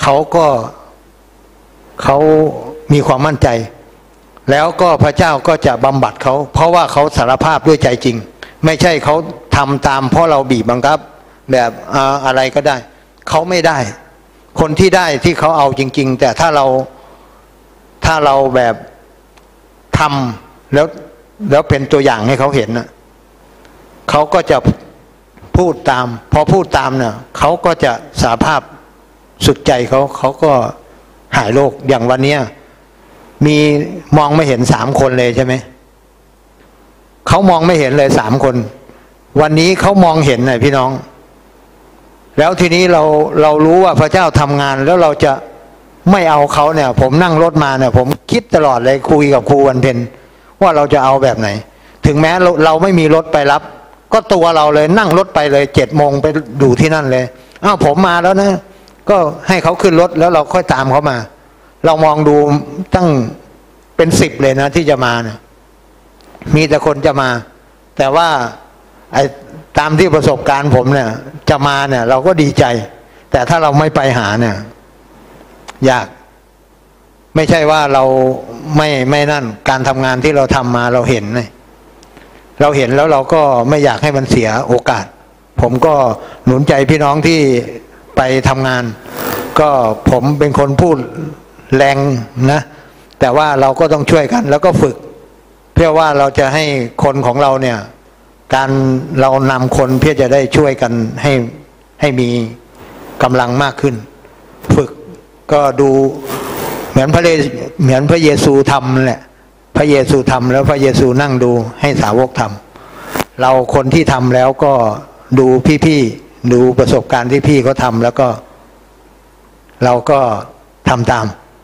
เขามีความมั่นใจแล้วก็พระเจ้าก็จะบำบัดเขาเพราะว่าเขาสารภาพด้วยใจจริงไม่ใช่เขาทำตามเพราะเราบีบบังคับแบบอะไรก็ได้เขาไม่ได้คนที่ได้ที่เขาเอาจริงๆแต่ถ้าเราแบบทำแล้วเป็นตัวอย่างให้เขาเห็นนะเขาก็จะพูดตามพอพูดตามเนี่ยเขาก็จะสารภาพสุดใจเขาก็หายโรคอย่างวันนี้มีมองไม่เห็น3 คนเลยใช่ไหมเขามองไม่เห็นเลย3 คนวันนี้เขามองเห็นนะพี่น้องแล้วทีนี้เรารู้ว่าพระเจ้าทำงานแล้วเราจะไม่เอาเขาเนี่ยผมนั่งรถมาเนี่ยผมคิดตลอดเลยคุยกับครูวันเพ็ญว่าเราจะเอาแบบไหนถึงแม้เราไม่มีรถไปรับก็ตัวเราเลยนั่งรถไปเลย7 โมงไปดูที่นั่นเลยอ้าวผมมาแล้วนะก็ให้เขาขึ้นรถแล้วเราค่อยตามเขามาเรามองดูตั้งเป็น10เลยนะที่จะมาเนี่ยมีแต่คนจะมาแต่ว่าไอ้ตามที่ประสบการณ์ผมเนี่ยจะมาเนี่ยเราก็ดีใจแต่ถ้าเราไม่ไปหาเนี่ยยากไม่ใช่ว่าเราไม่นั่นการทำงานที่เราทำมาเราเห็นเลยเราเห็นแล้วเราก็ไม่อยากให้มันเสียโอกาสผมก็หนุนใจพี่น้องที่ไปทำงานก็ผมเป็นคนพูดแรงนะแต่ว่าเราก็ต้องช่วยกันแล้วก็ฝึกเพื่อว่าเราจะให้คนของเราเนี่ยการเรานำคนเพื่อจะได้ช่วยกันให้มีกำลังมากขึ้นฝึกก็ดูเหมือนพระเยซูทำแหละพระเยซูทำแล้วพระเยซูนั่งดูให้สาวกทำเราคนที่ทำแล้วก็ดูพี่ๆดูประสบการณ์ที่พี่เขาทำแล้วก็เราก็ทำตาม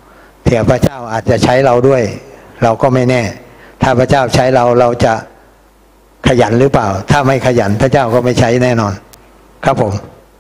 เถียพระเจ้าอาจจะใช้เราด้วย เราก็ไม่แน่ ถ้าพระเจ้าใช้เราจะขยันหรือเปล่า ถ้าไม่ขยันพระเจ้าก็ไม่ใช้แน่นอนครับผม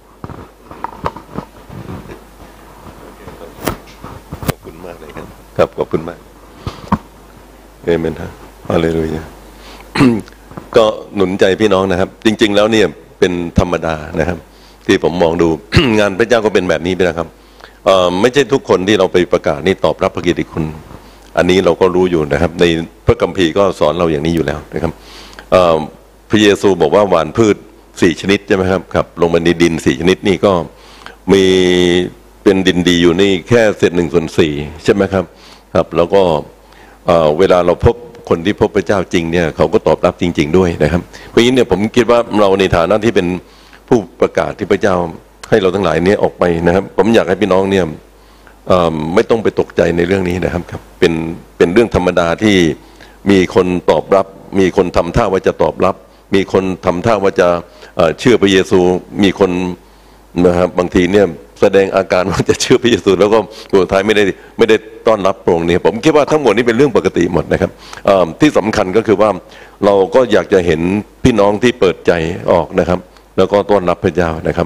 ขอบคุณมากเลยครับครับขอบคุณมากเอเมนฮะฮาเลลูยา ก็หนุนใจพี่น้องนะครับจริงๆแล้วเนี่ยเป็นธรรมดานะครับที่ผมมองดู งานพระเจ้าก็เป็นแบบนี้ไปนะครับไม่ใช่ทุกคนที่เราไปประกาศนี่ตอบรับพระกิตติคุณอันนี้เราก็รู้อยู่นะครับในพระคัมภีร์ก็สอนเราอย่างนี้อยู่แล้วนะครับพระเยซูบอกว่าหว่านพืช4ชนิดใช่ไหมครับครับลงมาในดิน4ชนิดนี่ก็มีเป็นดินดีอยู่นี่แค่1/4ใช่ไหมครับครับแล้วก็เวลาเราพบคนที่พบพระเจ้าจริงเนี่ยเขาก็ตอบรับจริงๆด้วยนะครับเพราะฉะนั้นเนี่ยผมคิดว่าเราในฐานะที่เป็นผู้ประกาศที่พระเจ้าให้เราทั้งหลายเนี่ยออกไปนะครับผมอยากให้พี่น้องเนี่ยไม่ต้องไปตกใจในเรื่องนี้นะครับครับเป็นเรื่องธรรมดาที่มีคนตอบรับมีคนทำท่าว่าจะตอบรับมีคนทำท่าว่าจะเชื่อพระเยซูมีคนนะครับบางทีเนี่ยแสดงอาการว่าจะเชื่อพระเยซูแล้วก็สุดท้ายไม่ได้ต้อนรับพระองค์เนี่ยผมคิดว่าทั้งหมดนี้เป็นเรื่องปกติหมดนะครับที่สำคัญก็คือว่าเราก็อยากจะเห็นพี่น้องที่เปิดใจออกนะครับแล้วก็ต้อนรับพระเจ้านะครับ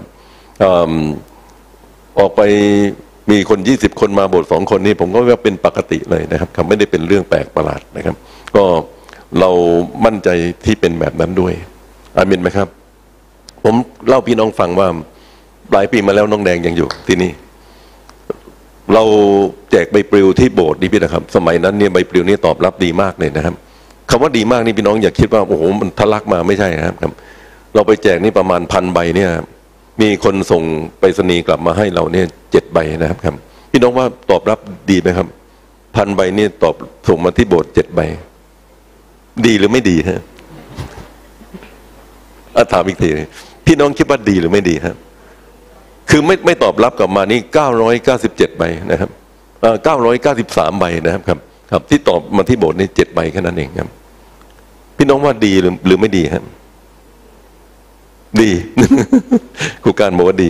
ออกไปมีคน20 คนมาโบสถ์2 คนนี้ผมก็ว่าเป็นปกติเลยนะครับไม่ได้เป็นเรื่องแปลกประหลาดนะครับก็เรามั่นใจที่เป็นแบบนั้นด้วยอาเมนไหมครับผมเล่าพี่น้องฟังว่าหลายปีมาแล้วน้องแดงยังอยู่ที่นี่เราแจกใบปลิวที่โบสถ์นี่พี่นะครับสมัยนั้นเนี่ยใบปลิวนี่ตอบรับดีมากเลยนะครับคำว่าดีมากนี่พี่น้องอย่าคิดว่าโอ้โหมันทะลักมาไม่ใช่นะครับเราไปแจกนี่ประมาณ1,000 ใบเนี่ยมีคนส่งไปรษณีย์กลับมาให้เราเนี่ย7 ใบนะครับพี่น้องว่าตอบรับดีไหมครับ1,000 ใบนี่ตอบส่งมาที่โบสถ์7 ใบดีหรือไม่ดีฮะถามอีกทีพี่น้องคิดว่าดีหรือไม่ดีครับคือไม่ตอบรับกลับมานี่997 ใบนะครับ993 ใบนะครับครับที่ตอบมาที่โบสถ์นี่7 ใบแค่นั้นเองครับพี่น้องว่าดีหรือไม่ดีครับดี ครูการบอกว่าดี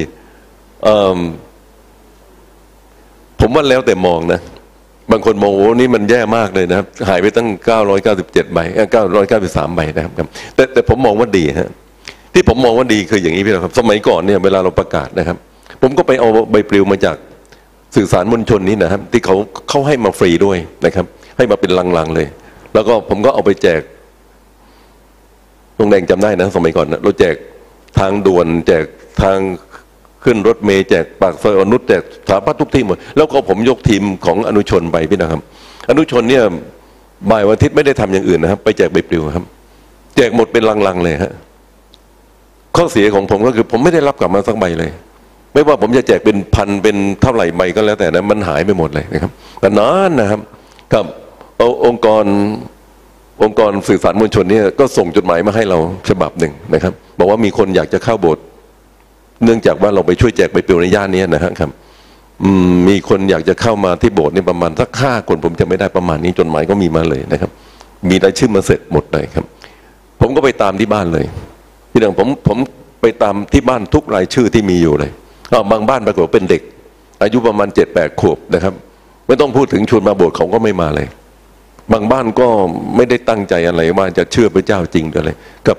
ผมว่าแล้วแต่มองนะบางคนมองโอ้นี่มันแย่มากเลยนะครับหายไปตั้ง997 ใบ993 ใบนะครับแต่ผมมองว่าดีฮะที่ผมมองว่าดีคืออย่างนี้พี่นะครับสมัยก่อนเนี่ยเวลาเราประกาศนะครับผมก็ไปเอาใบปลิวมาจากสื่อสารมวลชนนี้นะครับที่เขาให้มาฟรีด้วยนะครับให้มาเป็นลังๆเลยแล้วก็ผมก็เอาไปแจกโรงแดงจำได้นะสมัยก่อนเราแจกทางด่วนแจกทางขึ้นรถเมล์แจกปากซอยอนุชแจกสารพัดทุกที่หมดแล้วก็ผมยกทีมของอนุชนไปพี่นะครับอนุชนเนี่ยบ่ายวันอาทิตย์ไม่ได้ทำอย่างอื่นนะครับไปแจกใบปลิวครับแจกหมดเป็นลังๆเลยฮะข้อเสียของผมก็คือผมไม่ได้รับกลับมาสักใบเลยไม่ว่าผมจะแจกเป็น1,000เป็นเท่าไหร่ใบก็แล้วแต่นะมันหายไปหมดเลยนะครับแต่นานนะครับกับองค์กรสื่อสารมวลชนเนี่ยก็ส่งจดหมายมาให้เราฉบับหนึ่งนะครับบอกว่ามีคนอยากจะเข้าโบสถ์เนื่องจากว่าเราไปช่วยแจกใบปลิวในย่านนี้นะครับมีคนอยากจะเข้ามาที่โบสถ์นี่ประมาณสัก5 คนผมจะไม่ได้ประมาณนี้จดหมายก็มีมาเลยนะครับมีรายชื่อมาเสร็จหมดเลยครับผมก็ไปตามที่บ้านเลยที่นั่นผมไปตามที่บ้านทุกรายชื่อที่มีอยู่เลยบางบ้านปรากฏเป็นเด็กอายุประมาณ7-8 ขวบนะครับไม่ต้องพูดถึงชวนมาโบสถ์เขาก็ไม่มาเลยบางบ้านก็ไม่ได้ตั้งใจอะไรว่าจะเชื่อพระเจ้าจริงอะไรกับ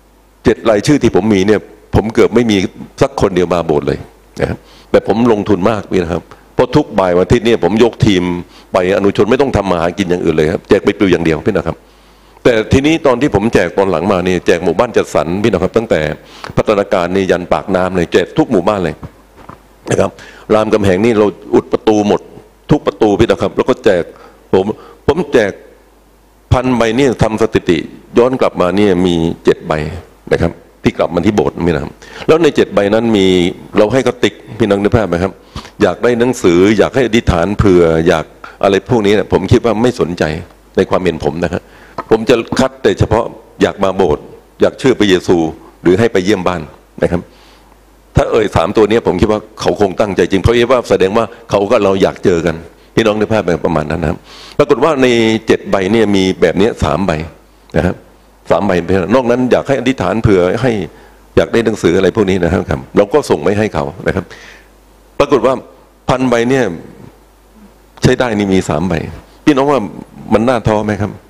7 รายชื่อที่ผมมีเนี่ยผมเกือบไม่มีสักคนเดียวมาโบสถ์เลยนะครับแต่ผมลงทุนมากพี่นะครับเพราะทุกบ่ายวันอาทิตย์เนี่ยผมยกทีมไปอนุชนไม่ต้องทำมาหากินอย่างอื่นเลยครับแจกใบปลิวอย่างเดียวพี่นะครับแต่ทีนี้ตอนที่ผมแจกตอนหลังมานี่แจกหมู่บ้านจัดสรรพี่นะครับตั้งแต่พัฒนาการนี่ยันปากน้ำเลยแจกทุกหมู่บ้านเลยนะครับรามคำแหงนี่เราอุดประตูหมดทุกประตูพี่นะครับแล้วก็แจกผมแจก1,000 ใบนี่ทำสถิติย้อนกลับมาเนี่ยมี7 ใบนะครับที่กลับมาที่โบสถ์นี่นะครับแล้วใน7 ใบนั้นมีเราให้เขาติ๊กพี่น้องนึกภาพไหมครับอยากได้หนังสืออยากให้อธิษฐานเผื่ออยากอะไรพวกนี้นะผมคิดว่าไม่สนใจในความเห็นผมนะครับผมจะคัดแต่เฉพาะอยากมาโบสถ์อยากเชื่อพระเยซูหรือให้ไปเยี่ยมบ้านนะครับถ้า3 ตัวนี้ผมคิดว่าเขาคงตั้งใจจริงเพราะว่าแสดงว่าเขาก็เราอยากเจอกันพี่น้องนึกภาพแบบประมาณนั้นนะครับปรากฏว่าใน7 ใบเนี่ยมีแบบนี้3 ใบนะครับ3 ใบนอกนั้นอยากให้อธิษฐานเผื่อให้อยากได้หนังสืออะไรพวกนี้นะครับเราก็ส่งไม่ให้เขานะครับปรากฏว่า1,000 ใบเนี่ยใช้ได้นี่มี3 ใบพี่น้องว่ามันน่าท้อไหมครับ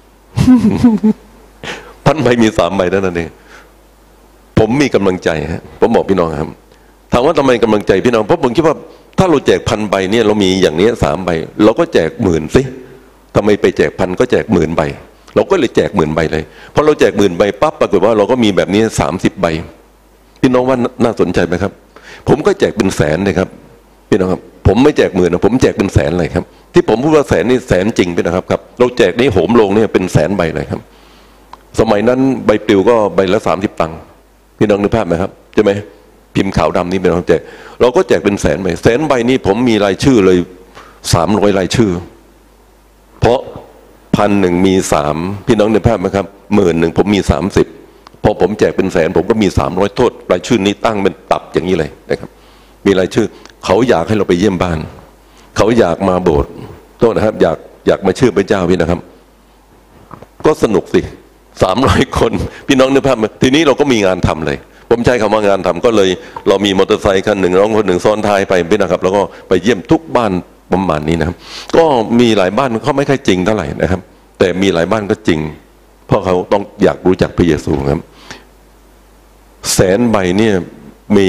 1,000 ใบมี3 ใบนั่นเองผมมีกำลังใจฮะผมบอกพี่น้องครับถามว่าทำไมกำลังใจพี่น้องเพราะผมคิดว่าถ้าเราแจก1,000 ใบเนี่ยเรามีอย่างนี้3 ใบเราก็แจก10,000สิทำไมไปแจก1,000ก็แจก10,000 ใบเราก็เลยแจก10,000 ใบเลยพอเราแจก10,000 ใบปั๊บปรากฏว่าเราก็มีแบบนี้30 ใบพี่น้องว่าน่าสนใจไหมครับผมก็แจกเป็นแสนเลยครับพี่น้องครับผมไม่แจก10,000นะผมแจกเป็นแสนเลยครับที่ผมพูดว่าแสนนี่แสนจริงพี่นะครับครับเราแจกนี่โหมลงเนี่ยเป็นแสนใบเลยครับสมัยนั้นใบปลิวก็ใบละ30 ตังค์พี่น้องนึกภาพไหมครับใช่ไหมพิมพ์ขาวดำนี่เป็นของแจกเราก็แจกเป็นแสนใบแสนใบนี่ผมมีรายชื่อเลย300 รายชื่อเพราะ1,000มี3พี่น้องนึกภาพไหมครับ10,000ผมมี30พอผมแจกเป็นแสนผมก็มี300โทษรายชื่อนี้ตั้งเป็นตับอย่างนี้เลยนะครับมีรายชื่อเขาอยากให้เราไปเยี่ยมบ้านเขาอยากมาโบสถ์โทษนะครับอยากมาเชื่อพระเจ้าพี่นะครับก็สนุกสิ300 คนพี่น้องนึกภาพไหมทีนี้เราก็มีงานทำเลยผมใช้คำว่างานทำก็เลยเรามีมอเตอร์ไซค์คันหนึ่งน้องคนหนึ่งซ้อนท้ายไปพี่นะครับแล้วก็ไปเยี่ยมทุกบ้านประมาณนี้นะครับก็มีหลายบ้านเขาไม่ค่อยจริงเท่าไหร่นะครับแต่มีหลายบ้านก็จริงเพราะเขาต้องอยากรู้จักพระเยซูครับแสนใบเนี่ยมี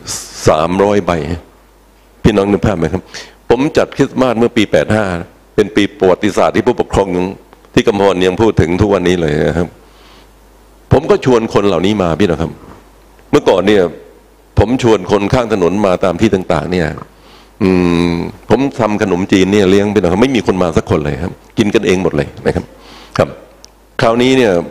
300 ใบพี่น้องนึกภาพไหมครับผมจัดคริสต์มาสเมื่อปี85เป็นปีประวัติศาสตร์ที่ผู้ปกครองที่กำพรยังพูดถึงทุกวันนี้เลยนะครับผมก็ชวนคนเหล่านี้มาพี่นะครับเมื่อก่อนเนี่ยผมชวนคนข้างถนนมาตามที่ต่างๆเนี่ยผมทำขนมจีนเนี่ยเลี้ยงพี่นะครับไม่มีคนมาสักคนเลยครับกินกันเองหมดเลยนะครับครับคราวนี้เนี่ย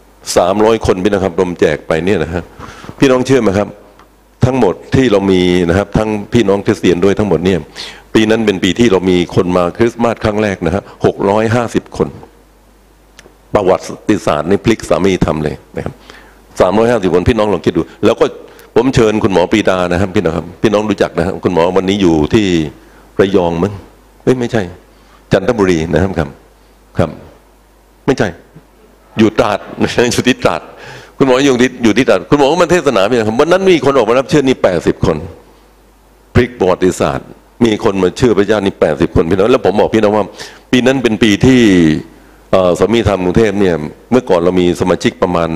300 คนพี่นะครับรวมแจกไปเนี่ยนะฮะพี่น้องเชื่อไหมครับทั้งหมดที่เรามีนะครับทั้งพี่น้องคริสเตียนด้วยทั้งหมดเนี่ยปีนั้นเป็นปีที่เรามีคนมาคริสต์มาสครั้งแรกนะฮะ650 คนประวัติศาสตร์ในพลิกสามีทำเลยนะครับ350 คนพี่น้องลองคิดดูแล้วก็ผมเชิญคุณหมอปรีดานะครับพี่น้องครับพี่น้องรู้จักนะครับคุณหมอวันนี้อยู่ที่ระยองมั้งไม่ใช่จันทบุรีนะครับครับไม่ใช่อยู่ตราดอยู่ที่ตราดคุณหมออยู่ที่ตราดคุณหมอก็มาเทศนาพี่นะครับวันนั้นมีคนออกมารับเชื่อนี่80 คนพลิกประวัติศาสตร์มีคนมาเชื่อพระเจ้านี่80 คนพี่น้องแล้วผมบอกพี่น้องว่าปีนั้นเป็นปีที่สามีธรรมกรุงเทพเนี่ยเมื่อก่อนเรามีสมาชิกประมาณ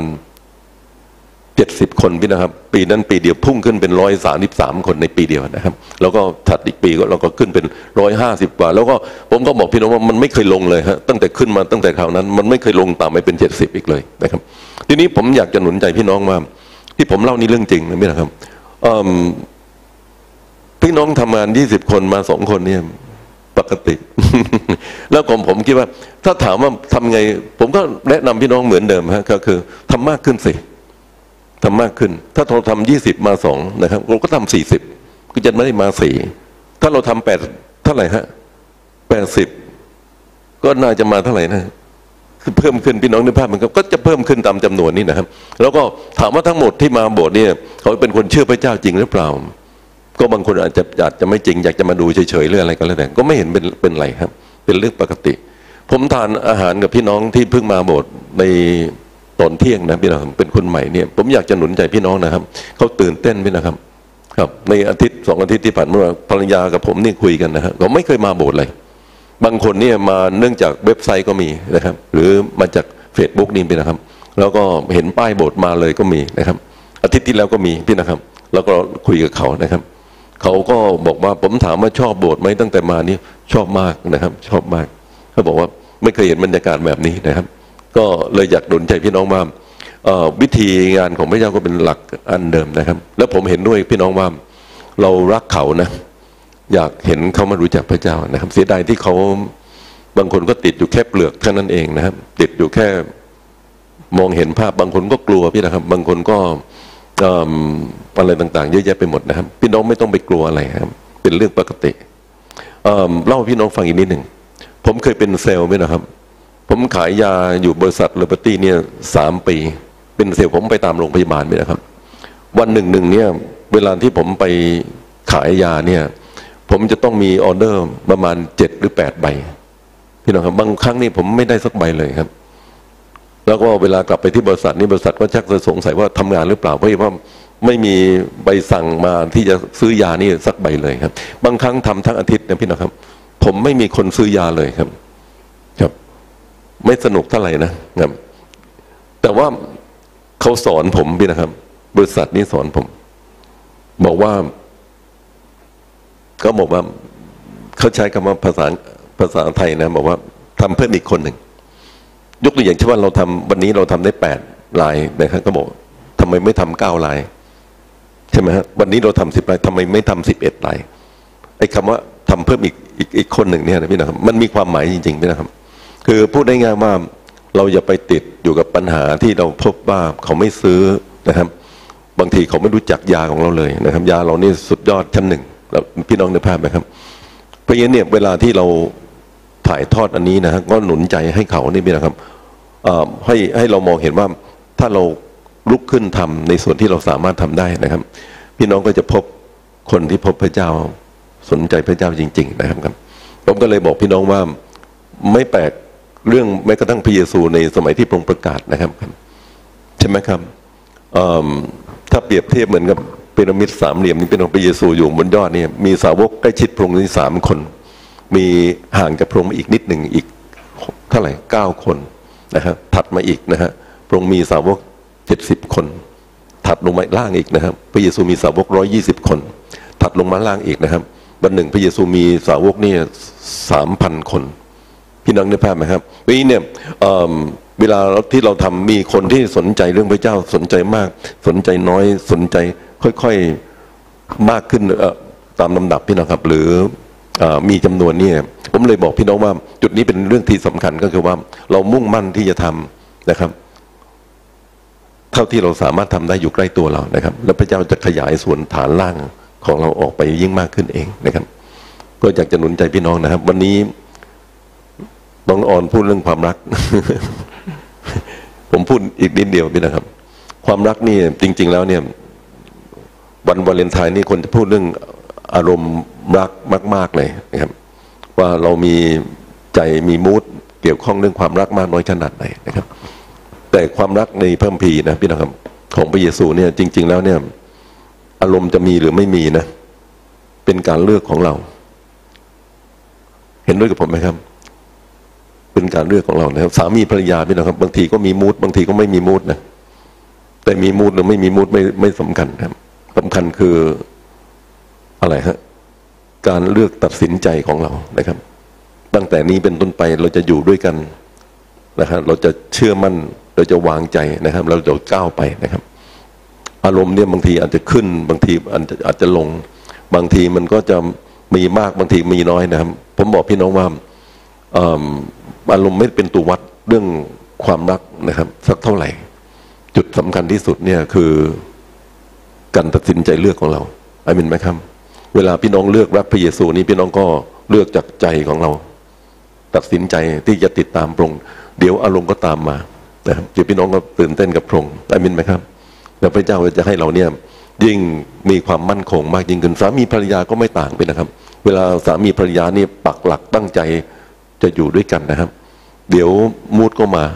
70 คนพี่นะครับปีนั้นปีเดียวพุ่งขึ้นเป็น133 คนในปีเดียวนะครับแล้วก็ถัดอีกปีก็เราก็ขึ้นเป็น150 กว่าแล้วก็ผมก็บอกพี่น้องว่ามันไม่เคยลงเลยฮะตั้งแต่ขึ้นมาตั้งแต่คราวนั้นมันไม่เคยลงต่ำไปเป็น70อีกเลยนะครับทีนี้ผมอยากจะหนุนใจพี่น้องว่าที่ผมเล่านี่เรื่องจริงนะพี่นะครับพี่น้องทำงาน20 คนมา2 คนเนี่ยปกติ แล้วผมคิดว่าถ้าถามว่าทำไงผมก็แนะนำพี่น้องเหมือนเดิมฮะก็คือทำมากขึ้นสิทำมากขึ้นถ้าเราทำ20 มา2นะครับเราก็ทำ40ก็จะไม่ได้มา4ถ้าเราทำ8เท่าไหร่ฮะ80ก็น่าจะมาเท่าไหร่นะคือเพิ่มขึ้นพี่น้องนึกภาพมันก็จะเพิ่มขึ้นตามจำนวนนี้นะครับแล้วก็ถามว่าทั้งหมดที่มาโบสถ์เนี่ยเขาเป็นคนเชื่อพระเจ้าจริงหรือเปล่าก็บางคนอาจจะไม่จริงอยากจะมาดูเฉยๆหรืออะไรก็แล้วแต่ก็ไม่เห็นเป็นไรครับเป็นเรื่องปกติผมทานอาหารกับพี่น้องที่เพิ่งมาโบสถ์ในตอนเที่ยงนะพี่น้องเป็นคนใหม่เนี่ยผมอยากจะหนุนใจพี่น้องนะครับเขาตื่นเต้นพี่นะครับครับในอาทิตย์2 อาทิตย์ที่ผ่านมาภรรยากับผมนี่คุยกันนะครับเขาไม่เคยมาโบสถ์เลยบางคนเนี่ยมาเนื่องจากเว็บไซต์ก็มีนะครับหรือมาจาก Facebook นี่พี่นะครับแล้วก็เห็นป้ายโบสถ์มาเลยก็มีนะครับอาทิตย์ที่แล้วก็มีพี่นะครับแล้วก็คุยกับเขานะครับเขาก็บอกว่าผมถามว่าชอบโบสถ์ไหมตั้งแต่มานี่ชอบมากนะครับชอบมากเขาบอกว่าไม่เคยเห็นบรรยากาศแบบนี้นะครับก็เลยอยากหนุนใจพี่น้องว่าวิธีงานของพระเจ้าก็เป็นหลักอันเดิมนะครับแล้วผมเห็นด้วยพี่น้องว่าเรารักเขานะอยากเห็นเขามารู้จักพระเจ้านะครับเสียดายที่เขาบางคนก็ติดอยู่แค่เปลือกเท่านั้นเองนะครับติดอยู่แค่มองเห็นภาพบางคนก็กลัวพี่นะครับบางคนก็อะไรต่างๆเยอะแยะไปหมดนะครับพี่น้องไม่ต้องไปกลัวอะไรครับเป็นเรื่องปกติเล่าพี่น้องฟังอีกนิดหนึ่งผมเคยเป็นเซลล์ไหมนะครับผมขายยาอยู่บริษัทเลอร์เบอร์ตี้เนี่ย3 ปีเป็นเซลล์ผมไปตามโรงพยาบาลไปนะครับวันหนึ่งเนี่ยเวลาที่ผมไปขายยาเนี่ยผมจะต้องมีออเดอร์ประมาณ7 หรือ 8 ใบพี่น้องครับบางครั้งนี่ผมไม่ได้สักใบเลยครับแล้วก็เวลากลับไปที่บริษัทนี่บริษัทก็ชักจะสงสัยว่าทำงานหรือเปล่าเพราะว่าไม่มีใบสั่งมาที่จะซื้อยานี่สักใบเลยครับบางครั้งทำทั้งอาทิตย์นะพี่น้องครับผมไม่มีคนซื้อยาเลยครับ ครับ ไม่สนุกเท่าไหร่นะครับแต่ว่าเขาสอนผมพี่นะครับ บริษัทนี้สอนผม บอกว่าเขาบอกว่าเขาใช้คำว่าภาษาไทยนะบอกว่าทำเพิ่มอีกคนหนึ่งยกตัวอย่างเช่นว่าเราทำวันนี้เราทำได้8 ลายนะครับก็บอกทำไมไม่ทำ9 ลายใช่ไหมฮะวันนี้เราทำ10 ลายทำไมไม่ทำ11 ลายไอ้คำว่าทำเพิ่มอีกคนหนึ่งเนี่ยนะพี่นะครับมันมีความหมายจริงๆพี่นะครับคือพูดได้ง่ายว่าเราอย่าไปติดอยู่กับปัญหาที่เราพบว่าเขาไม่ซื้อนะครับบางทีเขาไม่รู้จักยาของเราเลยนะครับยาเรานี่สุดยอดชั้น 1แล้วพี่น้องในภาพไหมครับเพราะฉะนั้นเนี่ยเวลาที่เราถ่ายทอดอันนี้นะฮะก็หนุนใจให้เขานี่พี่นะครับให้เรามองเห็นว่าถ้าเราลุกขึ้นทำในส่วนที่เราสามารถทำได้นะครับพี่น้องก็จะพบคนที่พบพระเจ้าสนใจพระเจ้าจริงๆนะครับผมก็เลยบอกพี่น้องว่าไม่แปลกเรื่องแม้กระทั่งพระเยซูในสมัยที่พระองค์ประกาศนะครับใช่ไหมครับถ้าเปรียบเทียบเหมือนกับพีระมิด3 เหลี่ยมนี่เป็นของพระเยซูอยู่บนยอดเนี่ยมีสาวกใกล้ชิดพระองค์ที่3 คนมีห่างจากพระองค์อีกนิดหนึ่งอีกเท่าไหร่9 คนนะครับถัดมาอีกนะฮะพระองค์มีสาวก70 คนถัดลงมาล่างอีกนะครับพระเยซูมีสาวก120 คนถัดลงมาล่างอีกนะครับวันหนึ่งพระเยซูมีสาวกนี่3,000 คนพี่น้องได้ภาพไหมครับวันนี้เนี่ยเวลาที่เราทำมีคนที่สนใจเรื่องพระเจ้าสนใจมากสนใจน้อยสนใจค่อยๆมากขึ้นตามลำดับพี่น้องครับหรือมีจำนวนนี่ผมเลยบอกพี่น้องว่าจุดนี้เป็นเรื่องที่สำคัญก็คือว่าเรามุ่งมั่นที่จะทำนะครับเท่าที่เราสามารถทำได้อยู่ใกล้ตัวเรานะครับแล้วพระเจ้าจะขยายส่วนฐานล่างของเราออกไปยิ่งมากขึ้นเองนะครับก็อยากจะหนุนใจพี่น้องนะครับวันนี้น้องออนพูดเรื่องความรัก ผมพูดอีกนิดเดียวพี่นะครับความรักนี่จริงๆแล้วเนี่ยวันวาเลนไทน์นี่คนจะพูดเรื่องอารมณ์รักมากๆเลยนะครับว่าเรามีใจมีมูดเกี่ยวข้องเรื่องความรักมากน้อยขนาดไหนนะครับแต่ความรักในพระคัมภีร์นะพี่นะครับของพระเยซูเนี่ยจริงๆแล้วเนี่ยอารมณ์จะมีหรือไม่มีนะเป็นการเลือกของเราเห็นด้วยกับผมไหมครับเป็นการเลือกของเรานะครับสามีภรรยาพี่นะครับบางทีก็มีมูดบางทีก็ไม่มีมูดนะแต่มีมูดหรือไม่มีมูดไม่สำคัญครับสำคัญคืออะไรฮะการเลือกตัดสินใจของเรานะครับตั้งแต่นี้เป็นต้นไปเราจะอยู่ด้วยกันนะครับเราจะเชื่อมั่นเราจะวางใจนะครับเราจะก้าวไปนะครับอารมณ์เนี่ยบางทีอาจจะขึ้นบางทีอาจจะลงบางทีมันก็จะมีมากบางทีมีน้อยนะครับผมบอกพี่น้องว่าอารมณ์ไม่เป็นตัววัดเรื่องความรักนะครับสักเท่าไหร่จุดสำคัญที่สุดเนี่ยคือการตัดสินใจเลือกของเราอามินไหมครับเวลาพี่น้องเลือกรักพระเยซูนี้พี่น้องก็เลือกจากใจของเราตัดสินใจที่จะติดตามพระองค์เดี๋ยวอารมณ์ก็ตามมานะครับเดี๋ยวพี่น้องก็ตื่นเต้นกับพระองค์อามินไหมครับแล้วพระเจ้าจะให้เราเนี่ยยิ่งมีความมั่นคงมากยิ่งขึ้นสามีภรรยาก็ไม่ต่างไปนะครับเวลาสามีภรรยานี่ปักหลักตั้งใจจะอยู่ด้วยกันนะครับเดี๋ยวมูดก็มา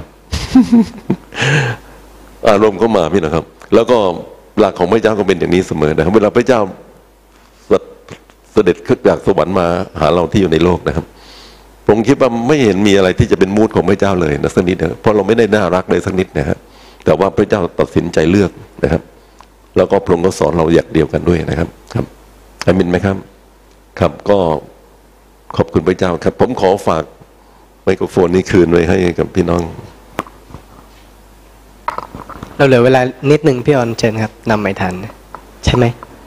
อารมณ์ก็มาพี่นะครับแล้วก็หลักของพระเจ้าก็เป็นอย่างนี้เสมอนะครับเวลาพระเจ้าเสด็จขึ้นจากสวรรค์มาหาเราที่อยู่ในโลกนะครับผมคิดว่าไม่เห็นมีอะไรที่จะเป็นมูดของพระเจ้าเลยนะสักนิดนะเพราะเราไม่ได้น่ารักเลยสักนิดนะครับแต่ว่าพระเจ้าตัดสินใจเลือกนะครับแล้วก็พระองค์ก็สอนเราอย่างเดียวกันด้วยนะครับครับอามินไหมครับครับก็ขอบคุณพระเจ้าครับผมขอฝากไมโครโฟนนี้คืนไว้ให้กับพี่น้องเราเหลือเวลานิดนึงพี่ออนเชิญครับนำไม่ทันใช่ไหม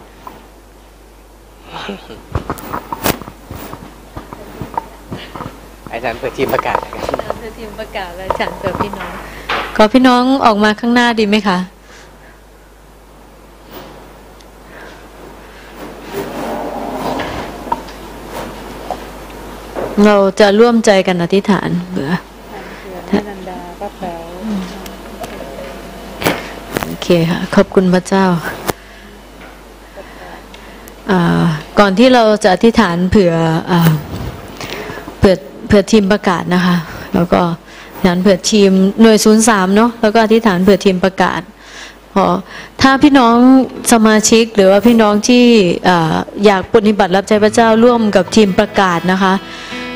อาจารย์เปิดทีมประกาศเปิดทีมประกาศแล้วอาจารย์เปิดพี่น้องขอพี่น้องออกมาข้างหน้าดีไหมคะเราจะร่วมใจกันอธิษฐานเบื่อนันดาป้าแป๋วโอเคค่ะขอบคุณพระเจ้าก่อนที่เราจะอธิษฐานเผื่อทีมประกาศนะคะแล้วก็อธิษฐานเผื่อทีมหน่วย03เนาะแล้วก็อธิษฐานเผื่อทีมประกาศถ้าพี่น้องสมาชิกหรือว่าพี่น้องที่อยากปฏิบัติรับใช้พระเจ้าร่วมกับทีมประกาศนะคะ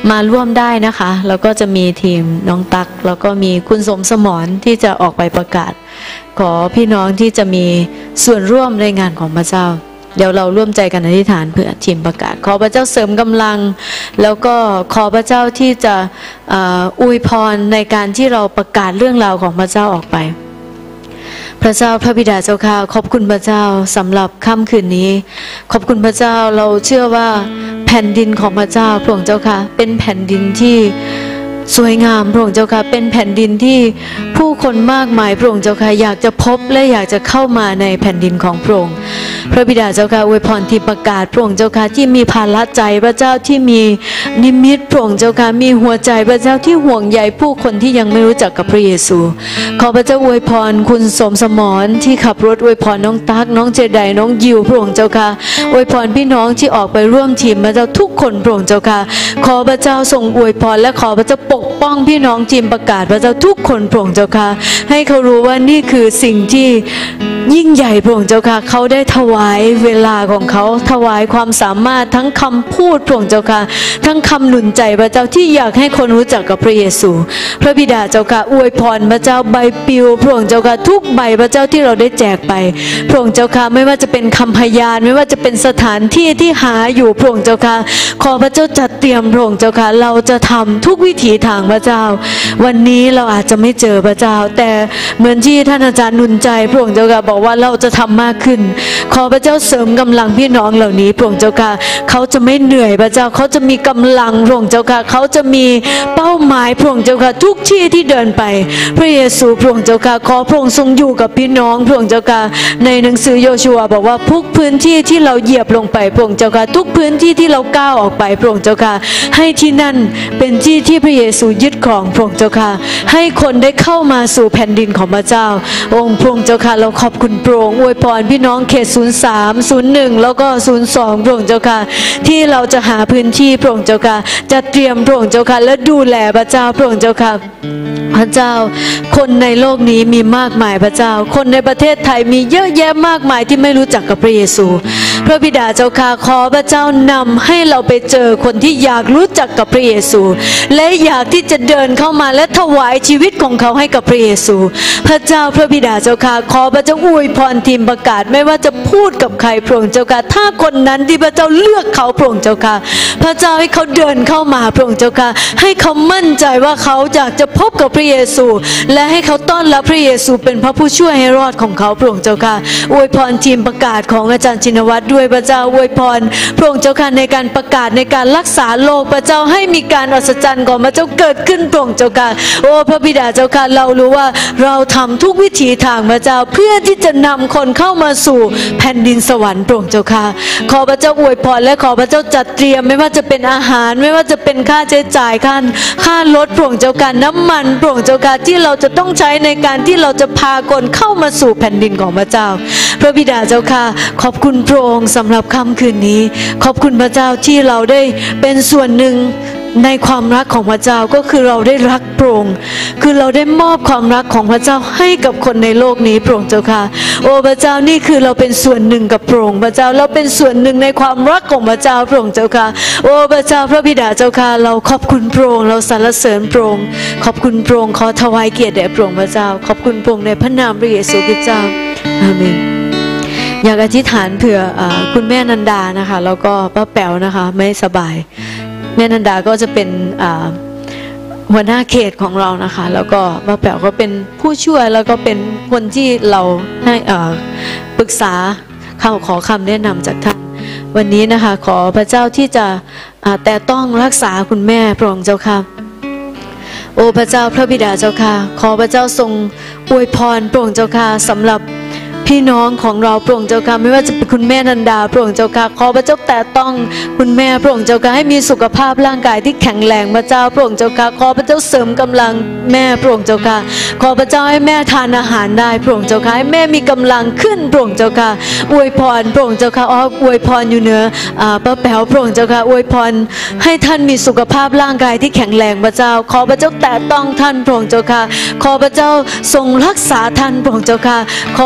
มาร่วมได้นะคะแล้วก็จะมีทีมน้องตั๊กแล้วก็มีคุณสมสมรที่จะออกไปประกาศขอพี่น้องที่จะมีส่วนร่วมในงานของพระเจ้าเดี๋ยวเราร่วมใจกันอธิษฐานเพื่อทีมประกาศขอพระเจ้าเสริมกำลังแล้วก็ขอพระเจ้าที่จะอวยพรในการที่เราประกาศเรื่องราวของพระเจ้าออกไปพระเจ้าพระบิดาเจ้าข้าขอบคุณพระเจ้าสำหรับค่ำคืนนี้ขอบคุณพระเจ้าเราเชื่อว่าแผ่นดินของพระเจ้าพระองค์เจ้าค่ะเป็นแผ่นดินที่สวยงามพระองค์เจ้าค่ะเป็นแผ่นดินที่ผู้คนมากมายพระองค์เจ้าค่ะอยากจะพบและอยากจะเข้ามาในแผ่นดินของพระองค์พระบิดาเจ้าค่ะอวยพรที่ประกาศพระองค์เจ้าค่ะที่มีภาระใจพระเจ้าที่มีนิมิตพระองค์เจ้าค่ะมีหัวใจพระเจ้าที่ห่วงใยผู้คนที่ยังไม่รู้จักกับพระเยซูขอพระเจ้าอวยพรคุณสมสมรที่ขับรถอวยพรน้องตั๊กน้องเจไดน้องยิวพระองค์เจ้าค่ะอวยพรพี่น้องที่ออกไปร่วมทีมพระเจ้าทุกคนพระองค์เจ้าค่ะขอพระเจ้าทรงอวยพรและขอพระเจ้าปกป้องพี่น้องทีมประกาศพระเจ้าทุกคนพระองค์เจ้าค่ะให้เขารู้ว่านี่คือสิ่งที่ยิ่งใหญ่พระองค์เจ้าค่ะเขาได้ถวายเวลาของเขาถวายความสามารถทั้งคำพูดพระองค์เจ้าค่ะทั้งคำหนุนใจพระเจ้าที่อยากให้คนรู้จักกับพระเยซูพระบิดาเจ้าค่ะอวยพรพระเจ้าใบปลิวพระองค์เจ้าค่ะทุกใบพระเจ้าที่เราได้แจกไปพระองค์เจ้าค่ะไม่ว่าจะเป็นคำพยานไม่ว่าจะเป็นสถานที่ที่หาอยู่พระองค์เจ้าค่ะขอพระเจ้าจัดเตรียมพระองค์เจ้าค่ะเราจะทำทุกวิถีทางพระเจ้าวันนี้เราอาจจะไม่เจอพระเจ้าแต่เหมือนที่ท่านอาจารย์หนุนใจพระองค์เจ้าค่ะบอกว่าเราจะทำมากขึ้นขอพระเจ้าเสริมกำลังพี่น้องเหล่านี้พระองค์เจ้าค่ะเขาจะไม่เหนื่อยพระเจ้าเขาจะมีกำลังพระองค์เจ้าค่ะเขาจะมีเป้าหมายพระองค์เจ้าค่ะทุกที่ที่เดินไปพระเยซูพระองค์เจ้าค่ะขอพระองค์ทรงอยู่กับพี่น้องพระองค์เจ้าค่ะในหนังสือโยชูวาบอกว่าทุกพื้นที่ที่เราเหยียบลงไปพระองค์เจ้าค่ะทุกพื้นที่ที่เราก้าวออกไปพระองค์เจ้าค่ะให้ที่นั่นเป็นที่ที่พระเยซูยึดครองพระองค์เจ้าค่ะให้คนได้เข้ามาสู่แผ่นดินของพระเจ้าองค์พระองค์เจ้าค่ะเราขอบคุณพระองค์อวยพรพี่น้องเขต03 01แล้วก็02พระองค์เจ้าค่ะที่เราจะหาพื้นที่พระองค์เจ้าค่ะจะเตรียมพระองค์เจ้าค่ะและดูแลพระเจ้าพระองค์เจ้าค่ะพระเจ้าคนในโลกนี้มีมากมายพระเจ้าคนในประเทศไทยมีเยอะแยะมากมายที่ไม่รู้จักกับพระเยซูพระบิดาเจ้าค่ะขอพระเจ้านำให้เราไปเจอคนที่อยากรู้จักกับพระเยซูและอยากที่จะเดินเข้ามาและถวายชีวิตของเขาให้กับพระเยซูพระเจ้าพระบิดาเจ้าค่ะขอพระเจ้าอวยพรทีมประกาศไม่ว่าจะพูดกับใครพระองค์เจ้าค่ะถ้าคนนั้นที่พระเจ้าเลือกเขาพระองค์เจ้าค่ะพระเจ้าให้เขาเดินเข้ามาพระองค์เจ้าค่ะให้เขามั่นใจว่าเขาอยากจะพบกับพระเยซูและให้เขาต้อนรับพระเยซูเป็นพระผู้ช่วยให้รอดของเขาพระองค์เจ้าค่ะอวยพรทีมประกาศของอาจารย์ชินวัตรด้วยพระเจ้าอวยพรพระองค์เจ้าค่ะในการประกาศในการรักษาโลกพระเจ้าให้มีการอัศจรรย์ของพระเจ้าเกิดขึ้นพระองค์เจ้าค่ะโอ้พระบิดาเจ้าค่ะเรารู้ว่าเราทำทุกวิถีทางพระเจ้าเพื่อที่จะนำคนเข้ามาสู่แผ่นดินสวรรค์พระองค์เจ้าค่ะขอพระเจ้าอวยพรและขอพระเจ้าจัดเตรียมไม่ว่าจะเป็นอาหารไม่ว่าจะเป็นค่าใช้จ่ายค่ารถพระองค์เจ้าค่ะน้ำมันพระองค์เจ้าค่ะที่เราจะต้องใช้ในการที่เราจะพาคนเข้ามาสู่แผ่นดินของพระเจ้าพระบิดาเจ้าค่ะขอบคุณพระองค์สำหรับค่ำคืนนี้ขอบคุณพระเจ้าที่เราได้เป็นส่วนหนึ่งในความรักของพระเจ้าก็คือเราได้รักพระองค์คือเราได้มอบความรักของพระเจ้าให้กับคนในโลกนี้พระองค์เจ้าค่ะโอ้พระเจ้านี่คือเราเป็นส่วนหนึ่งกับพระองค์พระเจ้าเราเป็นส่วนหนึ่งในความรักของพระเจ้าพระองค์เจ้าค่ะโอ้พระเจ้าพระบิดาเจ้าค่ะเราขอบคุณพระองค์เราสรรเสริญพระองค์ขอบคุณพระองค์ขอถวายเกียรติแด่พระองค์พระเจ้าขอบคุณพระองค์ในพระนามพระเยซูคริสต์เจ้าอาเมนอยากอธิษฐานเผื่อคุณแม่นันดานะคะแล้วก็ป้าแป๋วนะคะไม่สบายแม่นันดาก็จะเป็นหัวหน้าเขตของเรานะคะแล้วก็ป้าแป๋วก็เป็นผู้ช่วยแล้วก็เป็นคนที่เราให้ปรึกษาขอคำแนะนำจากท่านวันนี้นะคะขอพระเจ้าที่จะแต่ต้องรักษาคุณแม่พระองค์เจ้าค่ะโอ้พระเจ้าพระบิดาเจ้าค่ะขอพระเจ้าทรงอวยพรพระองค์เจ้าค่ะสำหรับพี่น้องของเราพระองค์เจ้าค่ะไม่ว่าจะเป็นคุณแม่นันดาพระองค์เจ้าค่ะขอพระเจ้าแต่ต้องคุณแม่พระองค์เจ้าค่ะให้มีสุขภาพร่างกายที่แข็งแรงพระเจ้าพระองค์เจ้าค่ะขอพระเจ้าเสริมกำลังแม่พระองค์เจ้าค่ะขอพระเจ้าให้แม่ทานอาหารได้พระองค์เจ้าค่ะให้แม่มีกำลังขึ้นพระองค์เจ้าค่ะอวยพรพระองค์เจ้าค่ะอวยพรอยู่เหนือป้าแป๋วพระองค์เจ้าค่ะอวยพรให้ท่านมีสุขภาพร่างกายที่แข็งแรงพระเจ้าขอพระเจ้าแต่ต้องท่านพระองค์เจ้าค่ะขอพระเจ้าทรงรักษาท่านพระองค์เจ้าค่ะขอพระเจ้า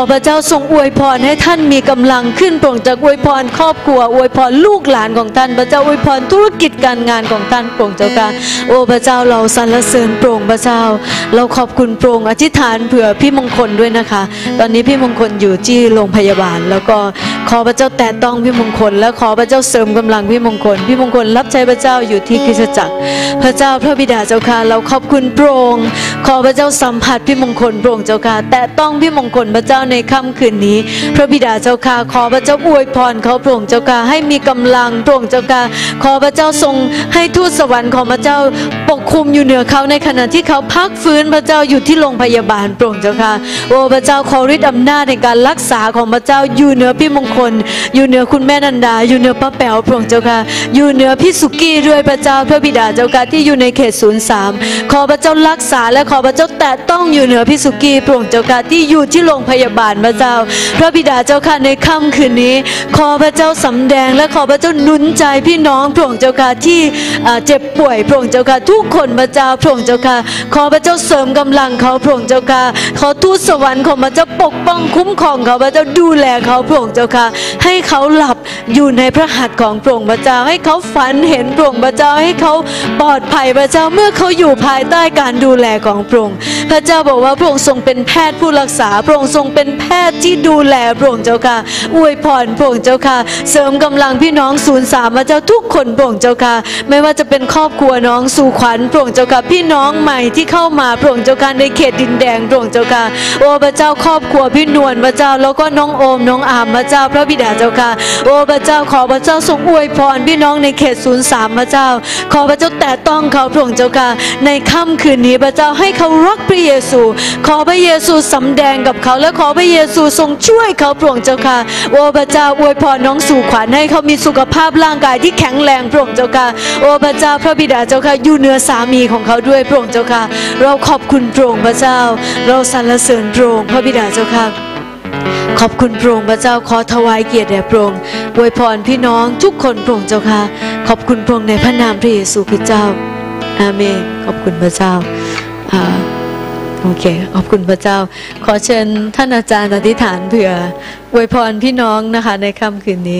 ทรงอวยพรให้ท่านมีกำลังขึ้นพระองค์จะอวยพรครอบครัวอวยพรลูกหลานของท่านพระเจ้าอวยพรธุรกิจการงานของท่านพระองค์เจ้าค่ะโอ้พระเจ้าเราสรรเสริญพระองค์พระเจ้าเราขอบคุณพระองค์อธิษฐานเผื่อพี่มงคลด้วยนะคะตอนนี้พี่มงคลอยู่ที่โรงพยาบาลแล้วก็ขอพระเจ้าแตะต้องพี่มงคลและขอพระเจ้าเสริมกำลังพี่มงคลพี่มงคลรับใช้พระเจ้าอยู่ที่คริสตจักรพระเจ้าพระบิดาเจ้าค่ะเราขอบคุณพระองค์ขอพระเจ้าสัมผัสพี่มงคลพระองค์เจ้าค่ะแตะต้องพี่มงคลพระเจ้าในค่ำคืนนี้พระบิดาเจ้าค่ะขอพระเจ้าอวยพรเขาพระองค์เจ้าค่ะให้มีกำลังพระองค์เจ้าค่ะขอพระเจ้าทรงให้ทูตสวรรค์ของพระเจ้าปกคุมอยู่เหนือเขาในขณะที่เขาพักฟื้นพระเจ้าอยู่ที่โรงพยาบาลพระองค์เจ้าค่ะโอ้พระเจ้าขอฤทธิ์อำนาจในการรักษาของพระเจ้าอยู่เหนือพี่มงคลอยู่เหนือคุณแม่นันดาอยู่เหนือป้าแป๋วพระองค์เจ้าค่ะอยู่เหนือพี่สุกี้ด้วยพระเจ้าพระบิดาเจ้าค่ะที่อยู่ในเขต03ขอพระเจ้ารักษาและขอพระเจ้าแตะต้องอยู่เหนือพี่สุกี้พระองค์เจ้าค่ะที่อยู่ที่โรงพยาบาลพระเจ้าพระบิดาเจ้าค่ะในค่ำคืนนี้ขอพระเจ้าสำแดงและขอพระเจ้าหนุนใจพี่น้องพระองค์เจ้าค่ะที่เจ็บป่วยพระองค์เจ้าค่ะทุกคนพระเจ้าพระองค์เจ้าค่ะขอพระเจ้าเสริมกำลังเขาพระองค์เจ้าค่ะขอทูตสวรรค์ของพระเจ้าปกป้องคุ้มครองเขาพระเจ้าดูแลเขาพระองค์เจ้าค่ะให้เขาหลับอยู่ในพระหัตถ์ของพระองค์พระเจ้าให้เขาฝันเห็นพระองค์พระเจ้าให้เขาปลอดภัยพระเจ้าเมื่อเขาอยู่ภายใต้การดูแลของพระองค์พระเจ้าบอกว่าพระองค์ทรงเป็นแพทย์ผู้รักษาพระองค์ทรงเป็นแพทย์ที่ดูแลพระองค์เจ้าค่ะอวยพรพระองค์เจ้าค่ะเสริมกำลังพี่น้อง03พระเจ้าทุกคนพระองค์เจ้าค่ะไม่ว่าจะเป็นครอบครัวน้องสู่ขวัญพระองค์เจ้าค่ะพี่น้องใหม่ที่เข้ามาพระองค์เจ้าค่ะในเขตดินแดงพระองค์เจ้าค่ะโอ้พระเจ้าครอบครัวพี่นวลพระเจ้าแล้วก็น้องโอมน้องอามพระเจ้าพระบิดาเจ้าค่ะโอ้พระเจ้าขอพระเจ้าทรงอวยพรพี่น้องในเขต03พระเจ้าขอพระเจ้าแตะต้องเขาพระองค์เจ้าค่ะในค่ำคืนนี้พระเจ้าให้เขารักพระเยซูขอพระเยซูสำแดงกับเขาและขอพระเยซูทรงช่วยเขาพระองค์เจ้าค่ะโอ้พระเจ้าอวยพรน้องสู่ขวัญให้เขามีสุขภาพร่างกายที่แข็งแรงพระองค์เจ้าค่ะโอ้พระเจ้าพระบิดาเจ้าค่ะอยู่เหนือสามีของเขาด้วยพระองค์เจ้าค่ะเราขอบคุณพระองค์พระเจ้าเราสรรเสริญพระองค์พระบิดาเจ้าค่ะขอบคุณพระองค์พระเจ้าขอถวายเกียรติแด่พระองค์อวยพรพี่น้องทุกคนพระองค์เจ้าค่ะขอบคุณพระองค์ในพระนามพระเยซูคริสต์เจ้าอาเมนขอบคุณพระเจ้าโอเคขอบคุณพระเจ้าขอเชิญท่านอาจารย์อธิษฐานเผื่ออวยพรพี่น้องนะคะในค่ำคืนนี้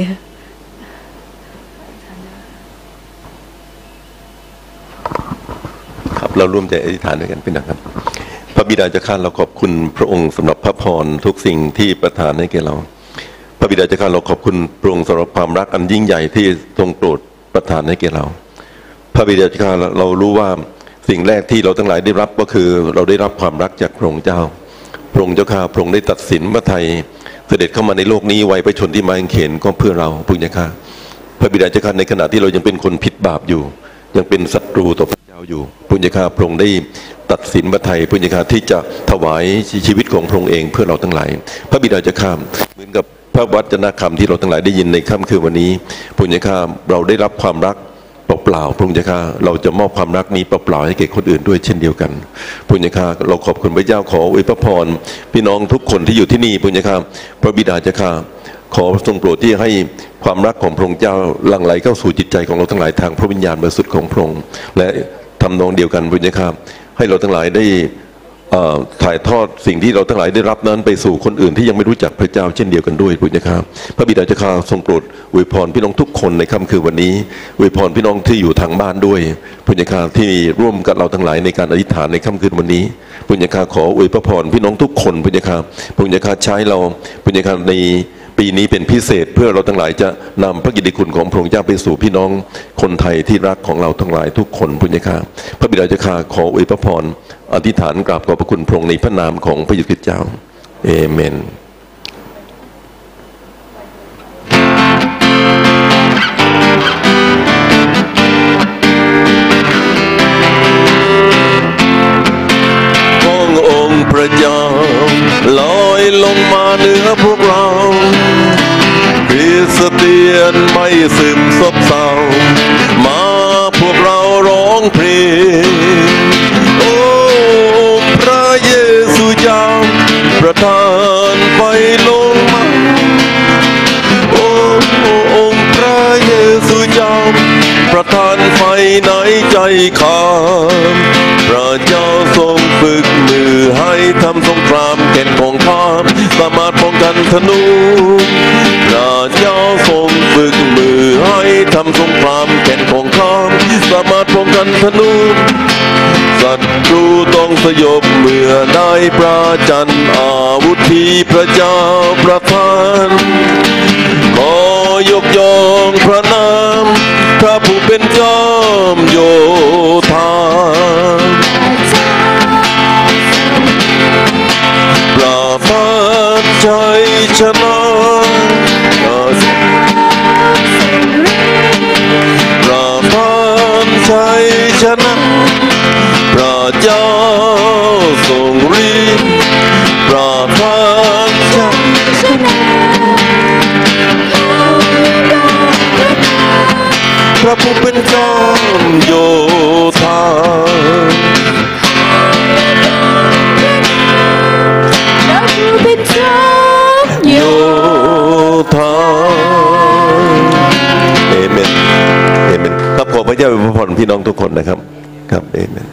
ครับเราร่วมใจอธิษฐานด้วยกันพี่น้องครับพระบิดาเจ้าข้าเราขอบคุณพระองค์สำหรับพระพรทุกสิ่งที่ประทานให้แก่เราพระบิดาเจ้าข้าเราขอบคุณพระองค์สำหรับความรักอันยิ่งใหญ่ที่ทรงโปรดประทานให้แก่เราพระบิดาเจ้าข้าเรารู้ว่าสิ่งแรกที่เราทั้งหลายได้รับก็คือเราได้รับความรักจากพระองค์เจ้าพระองค์เจ้าข้าพระองค์ได้ตัดสินพระทัยเสด็จเข้ามาในโลกนี้ไว้ประชนที่ไม้กางเขนก็เพื่อเราพระเจ้าข้าพระบิดาเจ้าข้าในขณะที่เรายังเป็นคนผิดบาปอยู่ยังเป็นศัตรูต่อพระเจ้าอยู่พระเจ้าข้าพระองค์ได้ตัดสินพระทัยพระเจ้าข้าที่จะถวายชีวิตของพระองค์เองเพื่อเราทั้งหลายพระบิดาเจ้าข้าเหมือนกับพระวจนะคำที่เราทั้งหลายได้ยินในค่ำคืนวันนี้พระเจ้าข้าเราได้รับความรักเปล่าพระองค์เจ้าข้าเราจะมอบความรักนี้เปล่าให้แก่คนอื่นด้วยเช่นเดียวกันพระเจ้าข้าเราขอบคุณพระเจ้าขออวยพระพรพี่น้องทุกคนที่อยู่ที่นี่พระเจ้าข้าพระบิดาเจ้าข้าขอทรงโปรดที่ให้ความรักของพระองค์เจ้าหลั่งไหลเข้าสู่จิตใจของเราทั้งหลายทางพระวิญญาณบริสุทธิ์ของพระองค์และทำนองเดียวกันพระเจ้าข้าให้เราทั้งหลายได้ถ่ายทอดสิ่งที่เราทั้งหลายได้รับนั้นไปสู่คนอื่นที่ยังไม่รู้จักพระเจ้าเช่นเดียวกันด้วยพระเจ้าข้าพระบิดาเจ้าข้าทรงโปรดอวยพรพี่น้องทุกคนในค่ำคืนวันนี้อวยพรพี่น้องที่อยู่ทางบ้านด้วยพระเจ้าข้าที่ร่วมกับเราทั้งหลายในการอธิษฐานในค่ำคืนวันนี้พระเจ้าข้าขออวยพรพี่น้องทุกคนพระเจ้าข้าพระเจ้าข้าใช้เราพระเจ้าข้าในปีนี้เป็นพิเศษเพื่อเราทั้งหลายจะนำพระกิตติคุณของพระองค์เจ้าไปสู่พี่น้องคนไทยที่รักของเราทั้งหลายทุกคนพระเจ้าข้าพระบิดาเจ้าข้าขออวยพรอธิษฐานกราบขอบพระคุณพระองค์ในพระนามของพระเยซูคริสต์เจ้าเอเมนขององค์พระเจ้าลอยลงมาเหนือพวกเราคริสเตียนไม่ซึมซบเศร้ามาพวกเราร้องเพลงโอ้พระเยซูเจ้าประทานไฟลงมาโอ้องค์พระเยซูเจ้าประทานไฟในใจข้าพระเจ้าทรงฝึกมือให้ทำสงครามแก่นของข้าสามารถป้องกันธนูพระเจ้าทรงฝึกมือให้ทำสงครามแข่งของข้ามสามารถป้องกันธนูศัตรูต้องสยบเมื่อได้ประจันอาวุธที่พระเจ้าประทานขอยกย่องพระนามพระผู้เป็นจอมโยธาประทานชัยชนะประทานชัยชนะพระเจ้าทรงฤทธิ์ประทานชัยชนะพระผู้เป็นจอมโยธาโยธาเอเมนเอเมนครับขอพระเจ้าอวยพรพี่น้องทุกคนนะครับครับเอเมน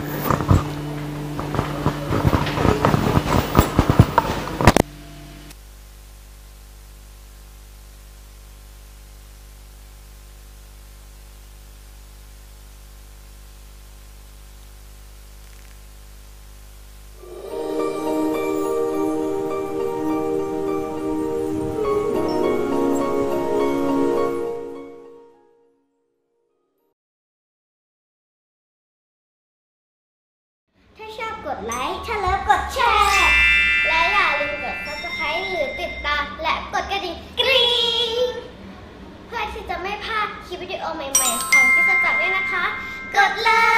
ถ้าชอบกดไลค์ ถ้าเลิฟกดแชร์ และอย่าลืมกด Subscribe หรือติดตามและกดกระดิ่งกรี๊งเพื่อที่จะไม่พลาดคลิปวิดีโอใหม่ๆของคริสตจักรด้วยนะคะ กดเลย